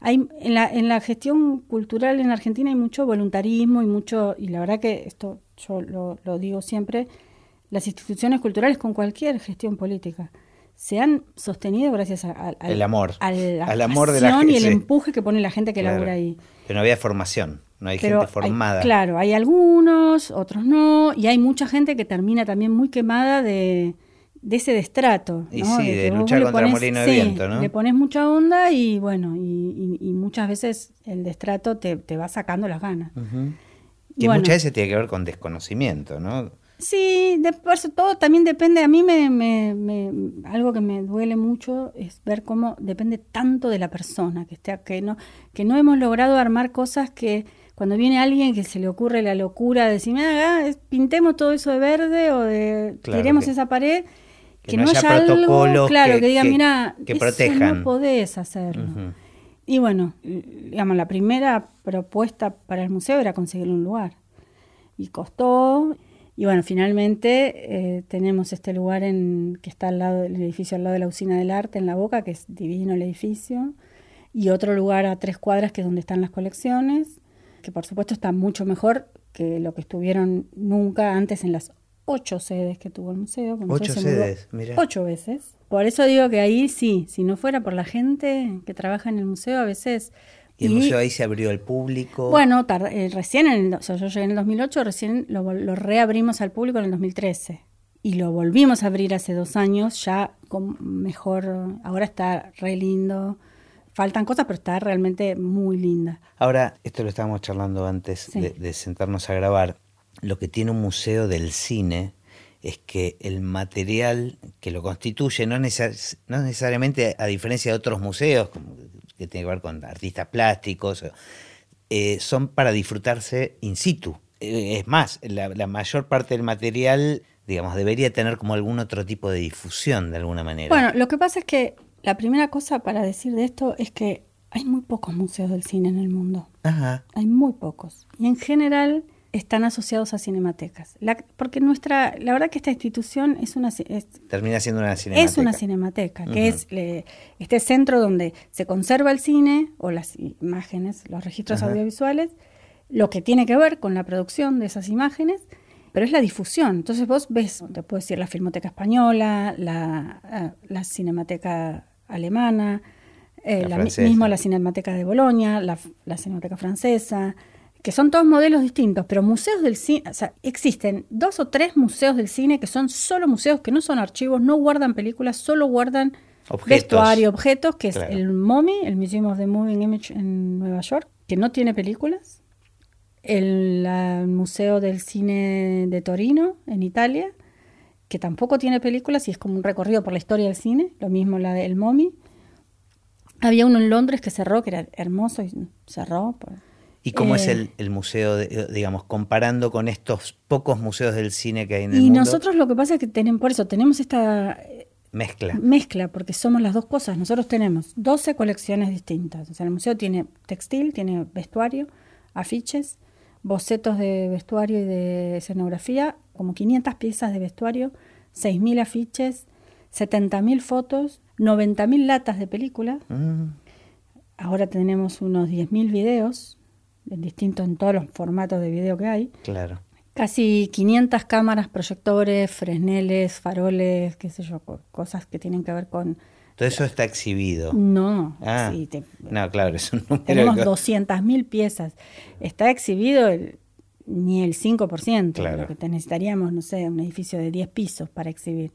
En la gestión cultural en Argentina hay mucho voluntarismo y la verdad que esto yo lo digo siempre, las instituciones culturales con cualquier gestión política se han sostenido gracias al amor, al amor de la gente y el empuje que pone la gente que labura ahí. Pero no había formación. No hay gente formada. Claro, hay algunos, otros no, y hay mucha gente que termina también muy quemada de ese destrato. Y ¿no? sí, de luchar contra el molino de viento, ¿no? Le pones mucha onda y bueno, y muchas veces el destrato te va sacando las ganas. Uh-huh. Que bueno, muchas veces tiene que ver con desconocimiento, ¿no? Sí, por eso todo también depende. A mí algo que me duele mucho es ver cómo depende tanto de la persona que no hemos logrado armar cosas que cuando viene alguien que se le ocurre la locura de decir, pintemos todo eso de verde o tiremos esa pared, que no haya algo, claro, que diga, mira, que protejan. No podés hacerlo. Uh-huh. Y bueno, digamos, la primera propuesta para el museo era conseguir un lugar. Y costó. Y bueno, finalmente tenemos este lugar que está al lado del edificio, al lado de la Usina del Arte, en La Boca, que es divino el edificio. Y otro lugar a 3 cuadras, que es donde están las colecciones, que por supuesto está mucho mejor que lo que estuvieron nunca antes en las 8 sedes que tuvo el museo. 8 sedes, mira. 8 veces. Por eso digo que ahí sí, si no fuera por la gente que trabaja en el museo, a veces... ¿Y el museo ahí se abrió al público? Bueno, recién, yo llegué en el 2008, recién lo reabrimos al público en el 2013. Y lo volvimos a abrir hace 2 años, ya con mejor... Ahora está re lindo. Faltan cosas, pero está realmente muy linda. Ahora, esto lo estábamos charlando antes de sentarnos a grabar. Lo que tiene un museo del cine es que el material que lo constituye, no necesariamente a diferencia de otros museos, que tiene que ver con artistas plásticos, son para disfrutarse in situ. Es más, la mayor parte del material, digamos, debería tener como algún otro tipo de difusión de alguna manera. Bueno, lo que pasa es que la primera cosa para decir de esto es que hay muy pocos museos del cine en el mundo. Ajá. Hay muy pocos. Y en general están asociados a cinematecas. Porque la verdad que esta institución termina siendo una cinemateca. Es una cinemateca, que es este centro donde se conserva el cine o las imágenes, los registros audiovisuales, lo que tiene que ver con la producción de esas imágenes, pero es la difusión. Entonces vos ves, te puedo decir, la Filmoteca Española, la Cinemateca Alemana, mismo la Cinemateca de Bolonia, la Cinemateca Francesa, que son todos modelos distintos, pero museos del cine, o sea, existen 2 o 3 museos del cine que son solo museos, que no son archivos, no guardan películas, solo guardan vestuario, objetos, que es el MoMI, el Museum of the Moving Image en Nueva York, que no tiene películas, el Museo del Cine de Torino, en Italia, que tampoco tiene películas y es como un recorrido por la historia del cine, lo mismo la del Momi. Había uno en Londres que cerró, que era hermoso y cerró. ¿Y cómo es el museo, digamos, comparando con estos pocos museos del cine que hay en el mundo? Y nosotros lo que pasa es que tenemos esta mezcla, porque somos las dos cosas. Nosotros tenemos 12 colecciones distintas. O sea, el museo tiene textil, tiene vestuario, afiches, bocetos de vestuario y de escenografía, como 500 piezas de vestuario, 6.000 afiches, 70.000 fotos, 90.000 latas de película. Ahora tenemos unos 10.000 videos, distintos en todos los formatos de video que hay. Claro. Casi 500 cámaras, proyectores, fresneles, faroles, qué sé yo, cosas que tienen que ver con... ¿Todo eso está exhibido? No. Sí, no, claro, es un número. Tenemos 200.000 piezas. Está exhibido ni el 5%, claro. Lo que necesitaríamos, no sé, un edificio de 10 pisos para exhibir.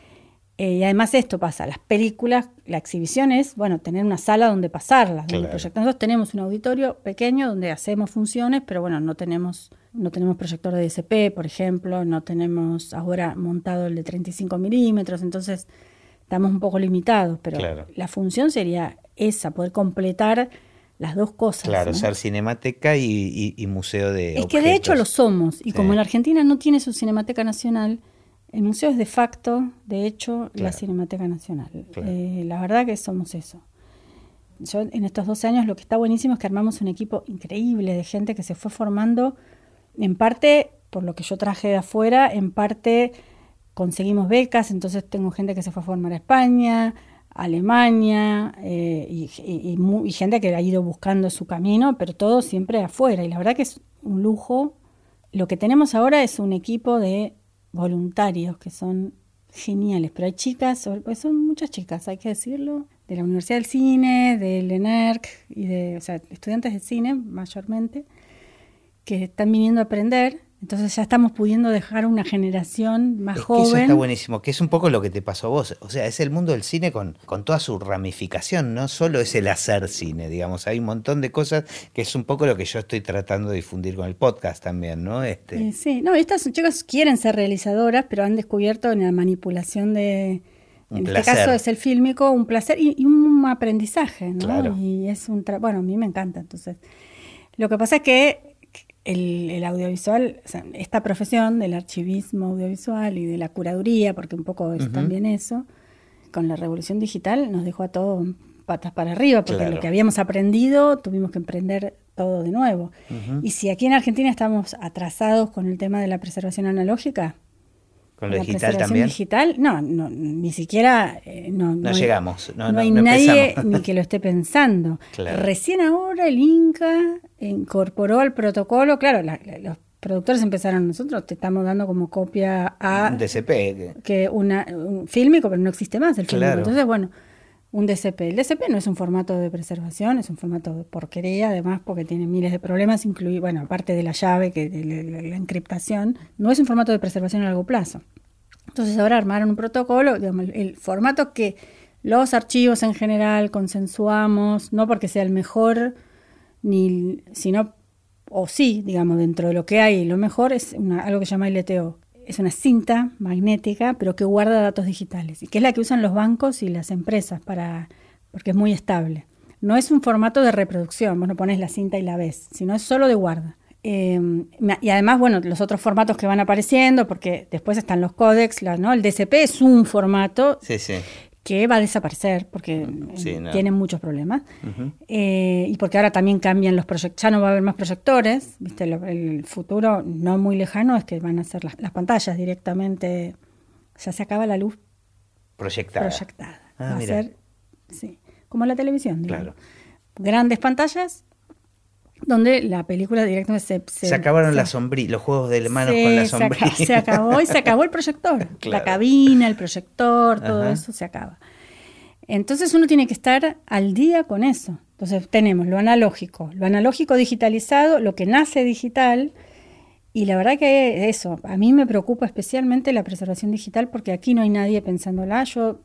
Y además esto pasa, las películas, la exhibición es, tener una sala donde pasarlas, donde proyectar. Nosotros tenemos un auditorio pequeño donde hacemos funciones, pero no tenemos proyector de DCP, por ejemplo, no tenemos ahora montado el de 35 milímetros, entonces estamos un poco limitados, pero la función sería esa, poder completar las dos cosas. Claro, ¿no? Ser cinemateca y museo de objetos. Que de hecho lo somos, y como en Argentina no tiene su Cinemateca Nacional, el museo es de facto, de hecho, la Cinemateca Nacional. La verdad que somos eso. Yo en estos 12 años lo que está buenísimo es que armamos un equipo increíble de gente que se fue formando, en parte por lo que yo traje de afuera, en parte conseguimos becas, entonces tengo gente que se fue a formar a España, a Alemania, y gente que ha ido buscando su camino, pero todo siempre afuera. Y la verdad que es un lujo. Lo que tenemos ahora es un equipo de voluntarios que son geniales, pero hay chicas, pues son muchas chicas, hay que decirlo, de la Universidad del Cine, del ENERC y estudiantes de cine mayormente, que están viniendo a aprender. Entonces ya estamos pudiendo dejar una generación más joven. Eso está buenísimo, que es un poco lo que te pasó a vos. O sea, es el mundo del cine con toda su ramificación, no solo es el hacer cine, digamos. Hay un montón de cosas que es un poco lo que yo estoy tratando de difundir con el podcast también, ¿no? Sí, estas chicas quieren ser realizadoras, pero han descubierto en la manipulación de... En este caso es el fílmico, un placer y un aprendizaje, ¿no? Claro. Y es a mí me encanta. Entonces, lo que pasa es que el audiovisual, o sea, esta profesión del archivismo audiovisual y de la curaduría, porque un poco es también eso, con la revolución digital nos dejó a todos patas para arriba, porque lo que habíamos aprendido tuvimos que emprender todo de nuevo. Y si aquí en Argentina estamos atrasados con el tema de la preservación analógica, ¿con lo digital también? Digital, no, ni siquiera... no llegamos. No hay nadie ni que lo esté pensando. Claro. Recién ahora el Inca incorporó al protocolo, claro, los productores empezaron, nosotros te estamos dando como copia a... DCP. Que un fílmico, pero no existe más el fílmico. Entonces, un DCP. El DCP no es un formato de preservación, es un formato de porquería, además porque tiene miles de problemas, aparte de la llave, de la encriptación, no es un formato de preservación a largo plazo. Entonces ahora armaron un protocolo, digamos, el formato que los archivos en general consensuamos, no porque sea el mejor, sino, digamos, dentro de lo que hay, lo mejor es algo que se llama LTO. Es una cinta magnética, pero que guarda datos digitales, y que es la que usan los bancos y las empresas porque es muy estable. No es un formato de reproducción, vos no pones la cinta y la ves, sino es solo de guarda. Y además, los otros formatos que van apareciendo, porque después están los códecs, ¿no? El DCP es un formato que va a desaparecer porque tienen muchos problemas. Y porque ahora también cambian los proyectores, ya no va a haber más proyectores, ¿viste? El futuro no muy lejano es que van a ser las pantallas directamente, ya se acaba la luz proyectada. Va a ser, como la televisión, digamos. Grandes pantallas donde la película directamente se acabaron los juegos de manos con la sombrilla. Se acabó y se acabó el proyector. La cabina, el proyector, todo eso se acaba. Entonces uno tiene que estar al día con eso. Entonces tenemos lo analógico digitalizado, lo que nace digital, y la verdad que eso, a mí me preocupa especialmente la preservación digital porque aquí no hay nadie pensándola.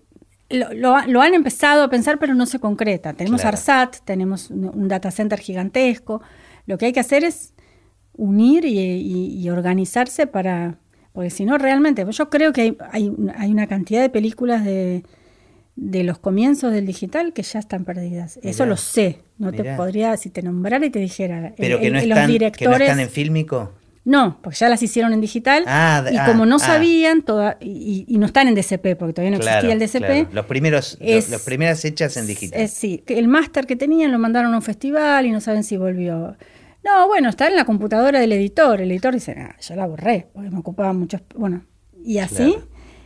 Lo han empezado a pensar, pero no se concreta. Tenemos ARSAT, tenemos un data center gigantesco. Lo que hay que hacer es unir y organizarse para... Porque si no, realmente, yo creo que hay una cantidad de películas de los comienzos del digital que ya están perdidas. Mirá, eso lo sé. No te podría, si te nombrara y te dijera. Pero que no están en Fílmico. No, porque ya las hicieron en digital y como no sabían, y no están en DCP, porque todavía no existía el DCP. Claro. Las primeras hechas en digital. Sí, el máster que tenían lo mandaron a un festival y no saben si volvió. No, bueno, está en la computadora del editor. El editor dice, yo la borré, porque me ocupaba mucho. Bueno, y así,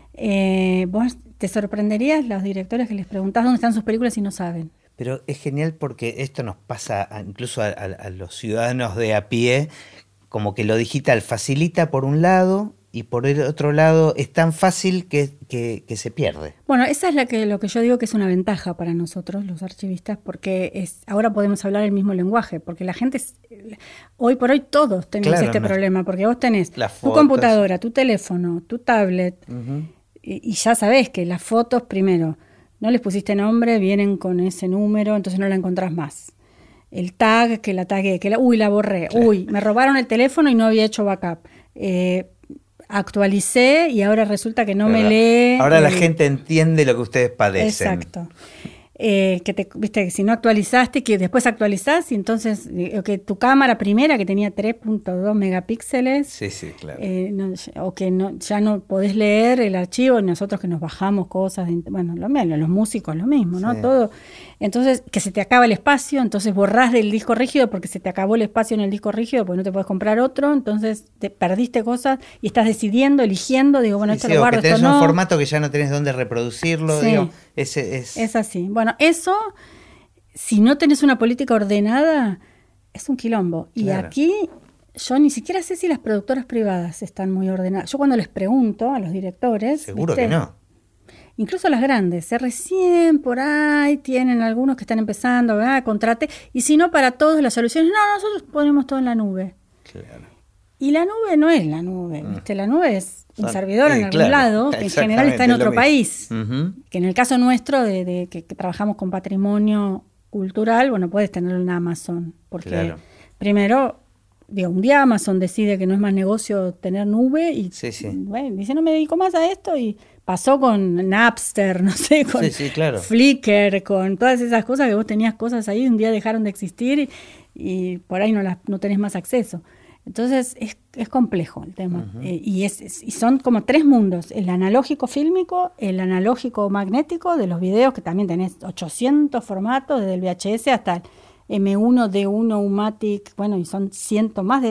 vos te sorprenderías los directores que les preguntás dónde están sus películas y no saben. Pero es genial porque esto nos pasa incluso a los ciudadanos de a pie, como que lo digital facilita por un lado y por el otro lado es tan fácil que se pierde. Bueno, esa es lo que yo digo que es una ventaja para nosotros, los archivistas, porque ahora podemos hablar el mismo lenguaje, porque la gente, hoy por hoy todos tenemos problema, porque vos tenés tu computadora, tu teléfono, tu tablet, y ya sabés que las fotos, primero, no les pusiste nombre, vienen con ese número, entonces no la encontrás más. El tag, que la tagué, la borré, me robaron el teléfono y no había hecho backup. Actualicé y ahora resulta que no me lee. Ahora la gente entiende lo que ustedes padecen. Exacto. Viste que si no actualizaste, que después actualizás y entonces que tu cámara primera que tenía 3.2 megapíxeles, sí, claro. O que ya no podés leer el archivo, y nosotros que nos bajamos cosas, los músicos lo mismo, ¿no? Sí. Todo. Entonces, que se te acaba el espacio, entonces borrás del disco rígido porque se te acabó el espacio en el disco rígido porque no te podés comprar otro, entonces te perdiste cosas y estás decidiendo, eligiendo, esto lo guardo, o que tenés esto no. un formato que ya no tenés dónde reproducirlo, es así. Bueno, eso, si no tenés una política ordenada, es un quilombo. Y aquí yo ni siquiera sé si las productoras privadas están muy ordenadas. Yo cuando les pregunto a los directores... Seguro que no. Incluso las grandes, recién por ahí tienen algunos que están empezando, contrate, y si no para todos las soluciones, nosotros ponemos todo en la nube. Claro. Y la nube no es la nube, ¿viste? La nube es un servidor en algún lado, que en general está en otro país. Que en el caso nuestro, de que trabajamos con patrimonio cultural, puedes tenerlo en Amazon. Porque primero, un día Amazon decide que no es más negocio tener nube y dice, no me dedico más a esto, y pasó con Napster, no sé, con Flickr, con todas esas cosas que vos tenías cosas ahí, un día dejaron de existir y por ahí no tenés más acceso. Entonces es complejo el tema. Y son como tres mundos: el analógico fílmico, el analógico magnético de los videos, que también tenés 800 formatos, desde el VHS hasta el M1, D1, U-Matic, y son más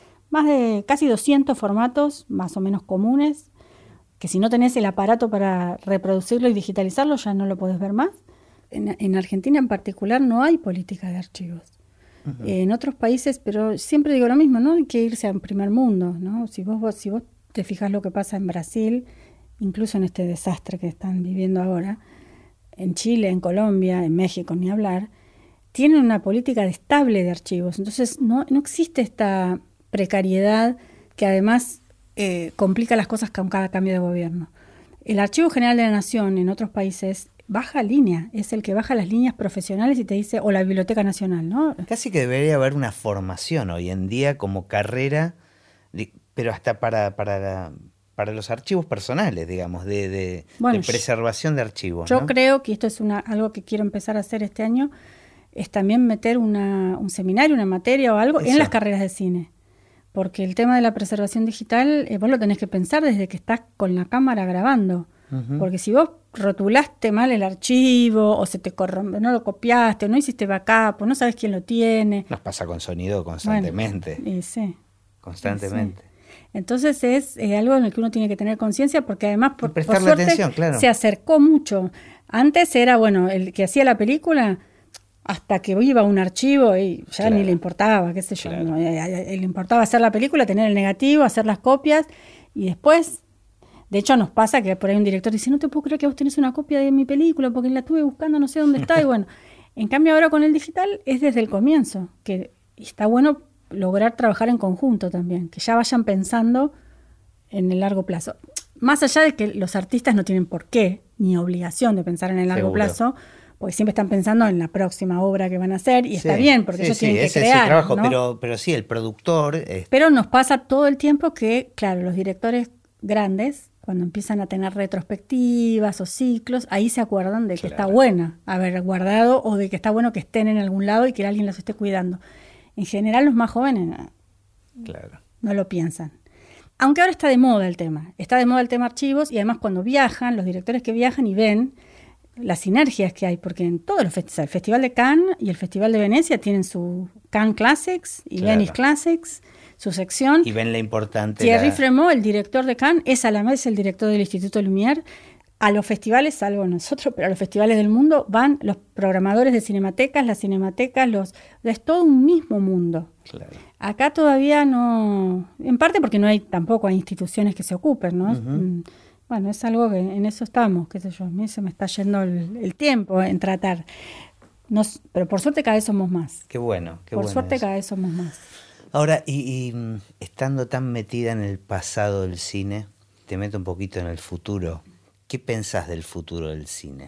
de casi 200 formatos más o menos comunes, que si no tenés el aparato para reproducirlo y digitalizarlo ya no lo podés ver más. En Argentina en particular no hay política de archivos. En otros países, pero siempre digo lo mismo, ¿no? Hay que irse al primer mundo, ¿no? Si vos te fijas lo que pasa en Brasil, incluso en este desastre que están viviendo ahora, en Chile, en Colombia, en México, ni hablar, tienen una política estable de archivos. Entonces no existe esta precariedad que además complica las cosas con cada cambio de gobierno. El Archivo General de la Nación en otros países baja línea, es el que baja las líneas profesionales y te dice, o la Biblioteca Nacional, ¿no? Casi que debería haber una formación hoy en día como carrera, pero hasta para los archivos personales, digamos, de preservación de archivos. Yo creo que esto es algo que quiero empezar a hacer este año, es también meter un seminario, una materia o algo en las carreras de cine. Porque el tema de la preservación digital, vos lo tenés que pensar desde que estás con la cámara grabando. Porque si vos rotulaste mal el archivo, o se te corrompió, no lo copiaste, o no hiciste backup, o no sabes quién lo tiene. Nos pasa con sonido constantemente. Constantemente. Sí. Entonces es algo en el que uno tiene que tener conciencia, porque además por prestarle suerte atención, claro. Se acercó mucho. Antes era, el que hacía la película, hasta que iba a un archivo y ya ni le importaba, qué sé yo. No, le importaba hacer la película, tener el negativo, hacer las copias, y después... De hecho, nos pasa que por ahí un director dice, no te puedo creer que vos tenés una copia de mi película porque la estuve buscando, no sé dónde está. Y en cambio ahora con el digital es desde el comienzo, que está bueno lograr trabajar en conjunto también, que ya vayan pensando en el largo plazo. Más allá de que los artistas no tienen por qué, ni obligación de pensar en el largo plazo, porque siempre están pensando en la próxima obra que van a hacer, y está bien, porque ellos tienen que ese crear, es su trabajo, ¿no? pero sí, el productor... Pero nos pasa todo el tiempo que, claro, los directores grandes, cuando empiezan a tener retrospectivas o ciclos, ahí se acuerdan de que está buena haber guardado, o de que está bueno que estén en algún lado y que alguien los esté cuidando. En general, los más jóvenes no lo piensan. Aunque ahora está de moda el tema. Está de moda el tema archivos, y además cuando viajan, los directores que viajan y ven las sinergias que hay, porque en todos los festivales, el Festival de Cannes y el Festival de Venecia tienen su Cannes Classics y Venice Classics, su sección. Y ven la importante... Thierry Fremont, el director de Cannes, es a la vez el director del Instituto Lumière. A los festivales, salvo nosotros, pero a los festivales del mundo van los programadores de cinematecas, las cinematecas, es todo un mismo mundo. Claro. Acá todavía no, en parte porque no hay tampoco hay instituciones que se ocupen, ¿no? Bueno, es algo que en eso estamos, qué sé yo, a mí se me está yendo el tiempo en tratar. Pero por suerte cada vez somos más. Qué bueno, qué bueno. Por suerte eso. cada vez somos más. Ahora, y estando tan metida en el pasado del cine, te meto un poquito en el futuro. ¿Qué pensás del futuro del cine?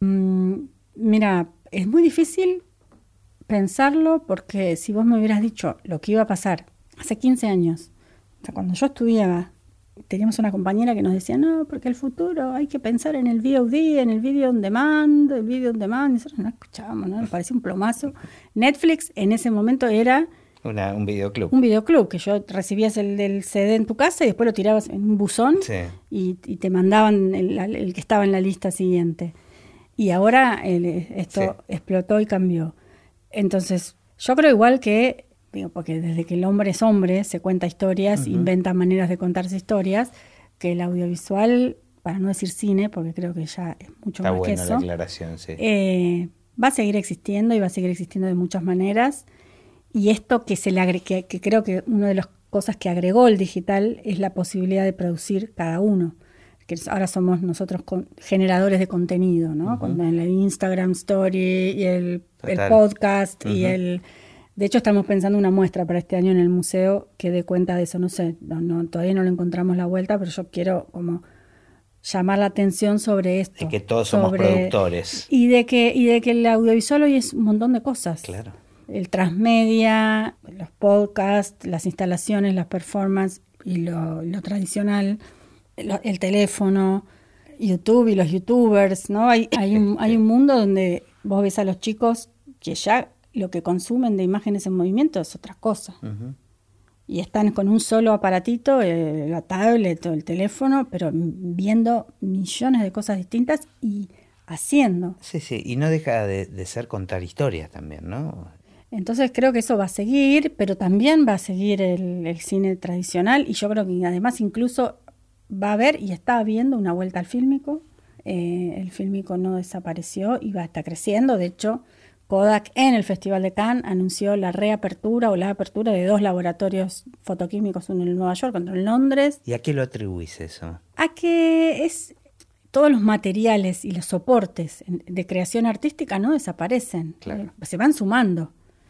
Mira, es muy difícil pensarlo, porque si vos me hubieras dicho lo que iba a pasar hace 15 años, o sea, cuando yo estudiaba, teníamos una compañera que nos decía, no, porque el futuro hay que pensar en el VOD, en el video on demand, y nosotros no escuchábamos, ¿no? Nos parecía un plomazo. Netflix en ese momento era... un videoclub. Un videoclub, que yo recibías el del CD en tu casa y después lo tirabas en un buzón y te mandaban el que estaba en la lista siguiente. Y ahora esto explotó y cambió. Entonces, yo creo igual que, porque desde que el hombre es hombre, se cuenta historias, inventa maneras de contarse historias, que el audiovisual, para no decir cine, porque creo que ya es mucho más que eso. Está buena la aclaración, sí. Va a seguir existiendo, y va a seguir existiendo de muchas maneras. Y esto que que creo que una de las cosas que agregó el digital es la posibilidad de producir cada uno. Que ahora somos nosotros generadores de contenido, ¿no? Con el Instagram Story y el podcast y de hecho estamos pensando una muestra para este año en el museo que dé cuenta de eso. No sé, todavía no lo encontramos la vuelta, pero yo quiero como llamar la atención sobre esto. De que todos somos productores. Y de que el audiovisual hoy es un montón de cosas. Claro. El transmedia, los podcasts, las instalaciones, las performances y lo tradicional, el teléfono, YouTube y los youtubers, ¿no? Hay un mundo donde vos ves a los chicos que ya lo que consumen de imágenes en movimiento es otra cosa. Y están con un solo aparatito, la tablet o el teléfono, pero viendo millones de cosas distintas y haciendo. Sí, y no deja de ser contar historias también, ¿no? Entonces creo que eso va a seguir, pero también va a seguir el cine tradicional, y yo creo que además incluso va a haber y está habiendo una vuelta al fílmico. El fílmico no desapareció y va a estar creciendo. De hecho, Kodak en el Festival de Cannes anunció la reapertura o la apertura de 2 laboratorios fotoquímicos, uno en Nueva York, otro en Londres. ¿Y a qué lo atribuís eso? A que todos los materiales y los soportes de creación artística no desaparecen, se van sumando.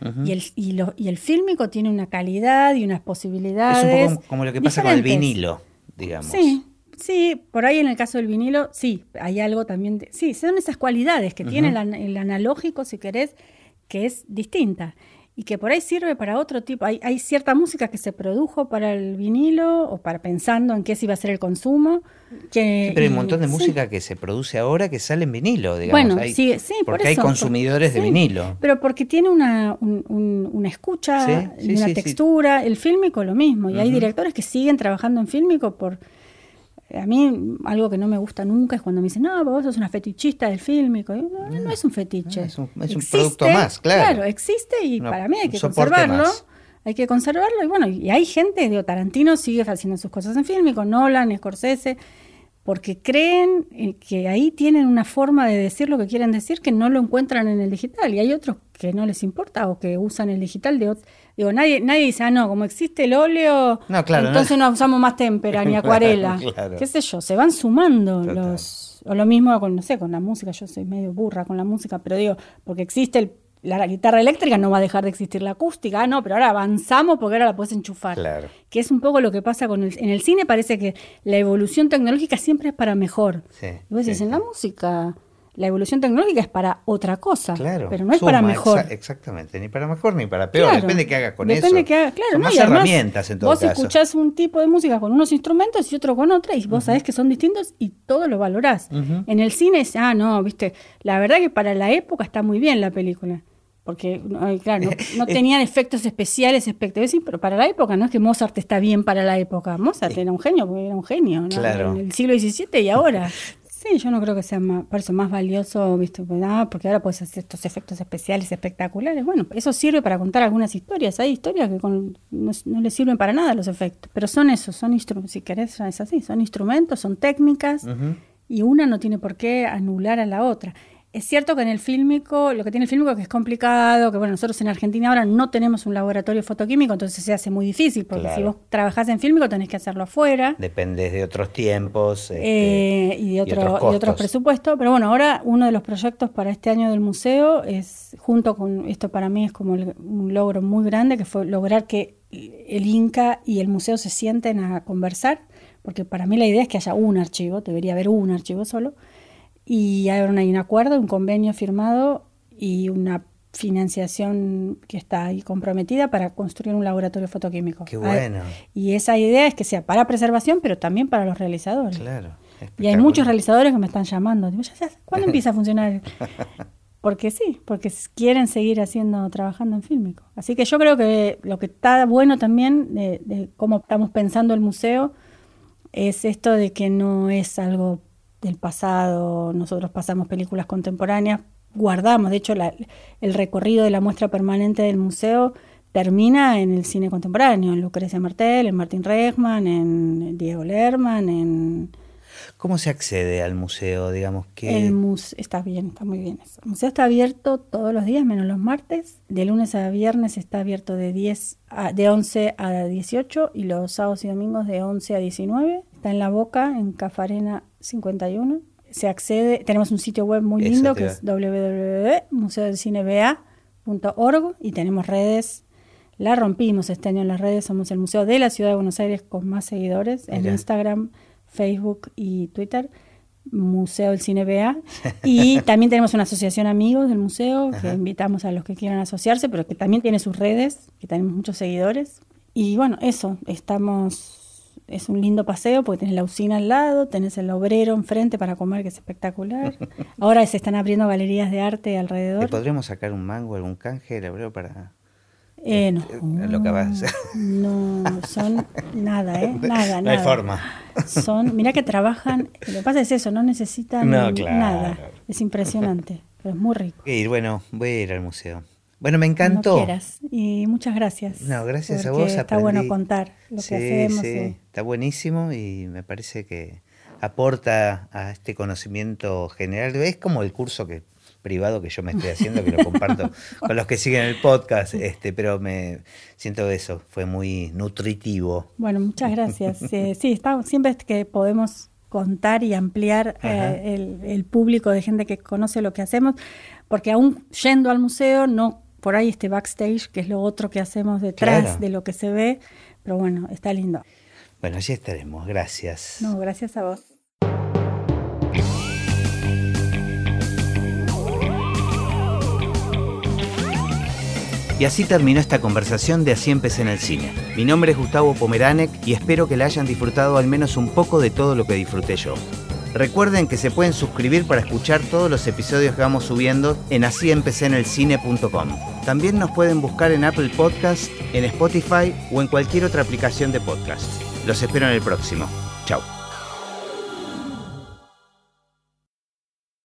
Y el fílmico tiene una calidad y unas posibilidades. Es un poco como lo que pasa diferentes. con el vinilo, digamos. Sí, por ahí en el caso del vinilo, sí, hay algo también. Son esas cualidades que tiene el analógico, si querés, que es distinta. Y que por ahí sirve para otro tipo. Hay cierta música que se produjo para el vinilo, o pensando en qué se iba a ser el consumo. Pero hay un montón de música que se produce ahora que sale en vinilo, digamos. Bueno, porque hay consumidores de vinilo. Pero porque tiene una escucha, una textura. El fílmico lo mismo. Y hay directores que siguen trabajando en fílmico A mí algo que no me gusta nunca es cuando me dicen, no, vos sos una fetichista del fílmico. No es un fetiche. Es un producto más, claro. Claro, existe y para mí hay que conservarlo. Hay que conservarlo y bueno, y hay gente, Tarantino sigue haciendo sus cosas en fílmico, Nolan, Scorsese, porque creen que ahí tienen una forma de decir lo que quieren decir que no lo encuentran en el digital, y hay otros que no les importa o que usan el digital nadie dice, no, como existe el óleo, entonces no usamos más témpera ni acuarela, qué sé yo, se van sumando o lo mismo con la música. Yo soy medio burra con la música, pero porque existe la guitarra eléctrica, no va a dejar de existir la acústica, no, pero ahora avanzamos porque ahora la puedes enchufar. Claro. Que es un poco lo que pasa en el cine. Parece que la evolución tecnológica siempre es para mejor. Y vos decís, en la música, La evolución tecnológica es para otra cosa, claro, pero no es para mejor. Exactamente, ni para mejor ni para peor, Claro, depende de qué haga con depende eso. Que haga, claro, son ¿no? más Y además, herramientas en todo vos caso. Vos escuchás un tipo de música con unos instrumentos y otro con otra, y vos sabés que son distintos y todo lo valorás. En el cine es, no, viste, la verdad que para la época está muy bien la película. Porque, claro, no tenían efectos especiales, pero para la época no es que Mozart está bien para la época. Mozart era un genio, porque era un genio, ¿no? Claro. En el siglo XVII y ahora. Sí, yo no creo que sea por eso más valioso, ¿viste? Porque ahora puedes hacer estos efectos especiales espectaculares. Bueno, eso sirve para contar algunas historias. Hay historias que no les sirven para nada los efectos. Pero son instrumentos, si querés, es así. Son instrumentos, son técnicas, y una no tiene por qué anular a la otra. Es cierto que en el fílmico, lo que tiene el fílmico es que es complicado, que bueno, nosotros en Argentina ahora no tenemos un laboratorio fotoquímico, entonces se hace muy difícil, porque claro, si vos trabajás en fílmico tenés que hacerlo afuera. Depende de otros tiempos y de otros presupuestos. Pero bueno, ahora uno de los proyectos para este año del museo es, junto con, esto para mí es como un logro muy grande, que fue lograr que el Inca y el museo se sienten a conversar, porque para mí la idea es que haya un archivo, debería haber un archivo solo. Y hay un acuerdo, un convenio firmado y una financiación que está ahí comprometida para construir un laboratorio fotoquímico. ¡Qué bueno! Y esa idea es que sea para preservación, pero también para los realizadores. Claro. Y hay muchos realizadores que me están llamando. Digo, ¿cuándo empieza a funcionar? Porque sí, porque quieren seguir trabajando en fílmico. Así que yo creo que lo que está bueno también de cómo estamos pensando el museo es esto de que no es algo del pasado. Nosotros pasamos películas contemporáneas, guardamos, de hecho el recorrido de la muestra permanente del museo termina en el cine contemporáneo, en Lucrecia Martel, en Martin Regman, en Diego Lerman, ¿Cómo se accede al museo? Digamos que el museo está bien, está muy bien eso. El museo está abierto todos los días, menos los martes. De lunes a viernes está abierto de 11 a 18 y los sábados y domingos de 11 a 19. Está en La Boca, en Cafarena 51. Se accede, tenemos un sitio web muy lindo que es www.museodelcineba.org y tenemos redes. La rompimos este año en las redes, somos el museo de la Ciudad de Buenos Aires con más seguidores en Instagram, Facebook y Twitter, Museo del Cine BA. Y también tenemos una asociación amigos del museo que invitamos a los que quieran asociarse, pero que también tiene sus redes, que tenemos muchos seguidores. Y bueno, eso, es un lindo paseo porque tenés la usina al lado, tenés el Obrero enfrente para comer, que es espectacular. Ahora se están abriendo galerías de arte alrededor. ¿Te podremos sacar un mango, algún canje del Obrero para...? Lo que vas a hacer. No, son nada, nada. No hay forma. Mirá que trabajan, lo que pasa es eso, no necesitan nada. Es impresionante, pero es muy rico. Voy a ir al museo. Bueno, me encantó. Cuando quieras. Y muchas gracias. No, gracias a vos. Está bueno contar lo que hacemos. Sí, está buenísimo y me parece que aporta a este conocimiento general. Es como el curso privado que yo me estoy haciendo, que lo comparto con los que siguen el podcast, pero me siento eso, fue muy nutritivo. Bueno, muchas gracias. Sí, siempre que podemos contar y ampliar el público de gente que conoce lo que hacemos, porque aún yendo al museo, no por ahí backstage, que es lo otro que hacemos detrás de lo que se ve, pero bueno, está lindo. Bueno, allí estaremos, gracias. No, gracias a vos. Y así terminó esta conversación de Así empecé en el cine. Mi nombre es Gustavo Pomeranek y espero que la hayan disfrutado al menos un poco de todo lo que disfruté yo. Recuerden que se pueden suscribir para escuchar todos los episodios que vamos subiendo en asíempecéenelcine.com. También nos pueden buscar en Apple Podcast, en Spotify o en cualquier otra aplicación de podcast. Los espero en el próximo. Chau.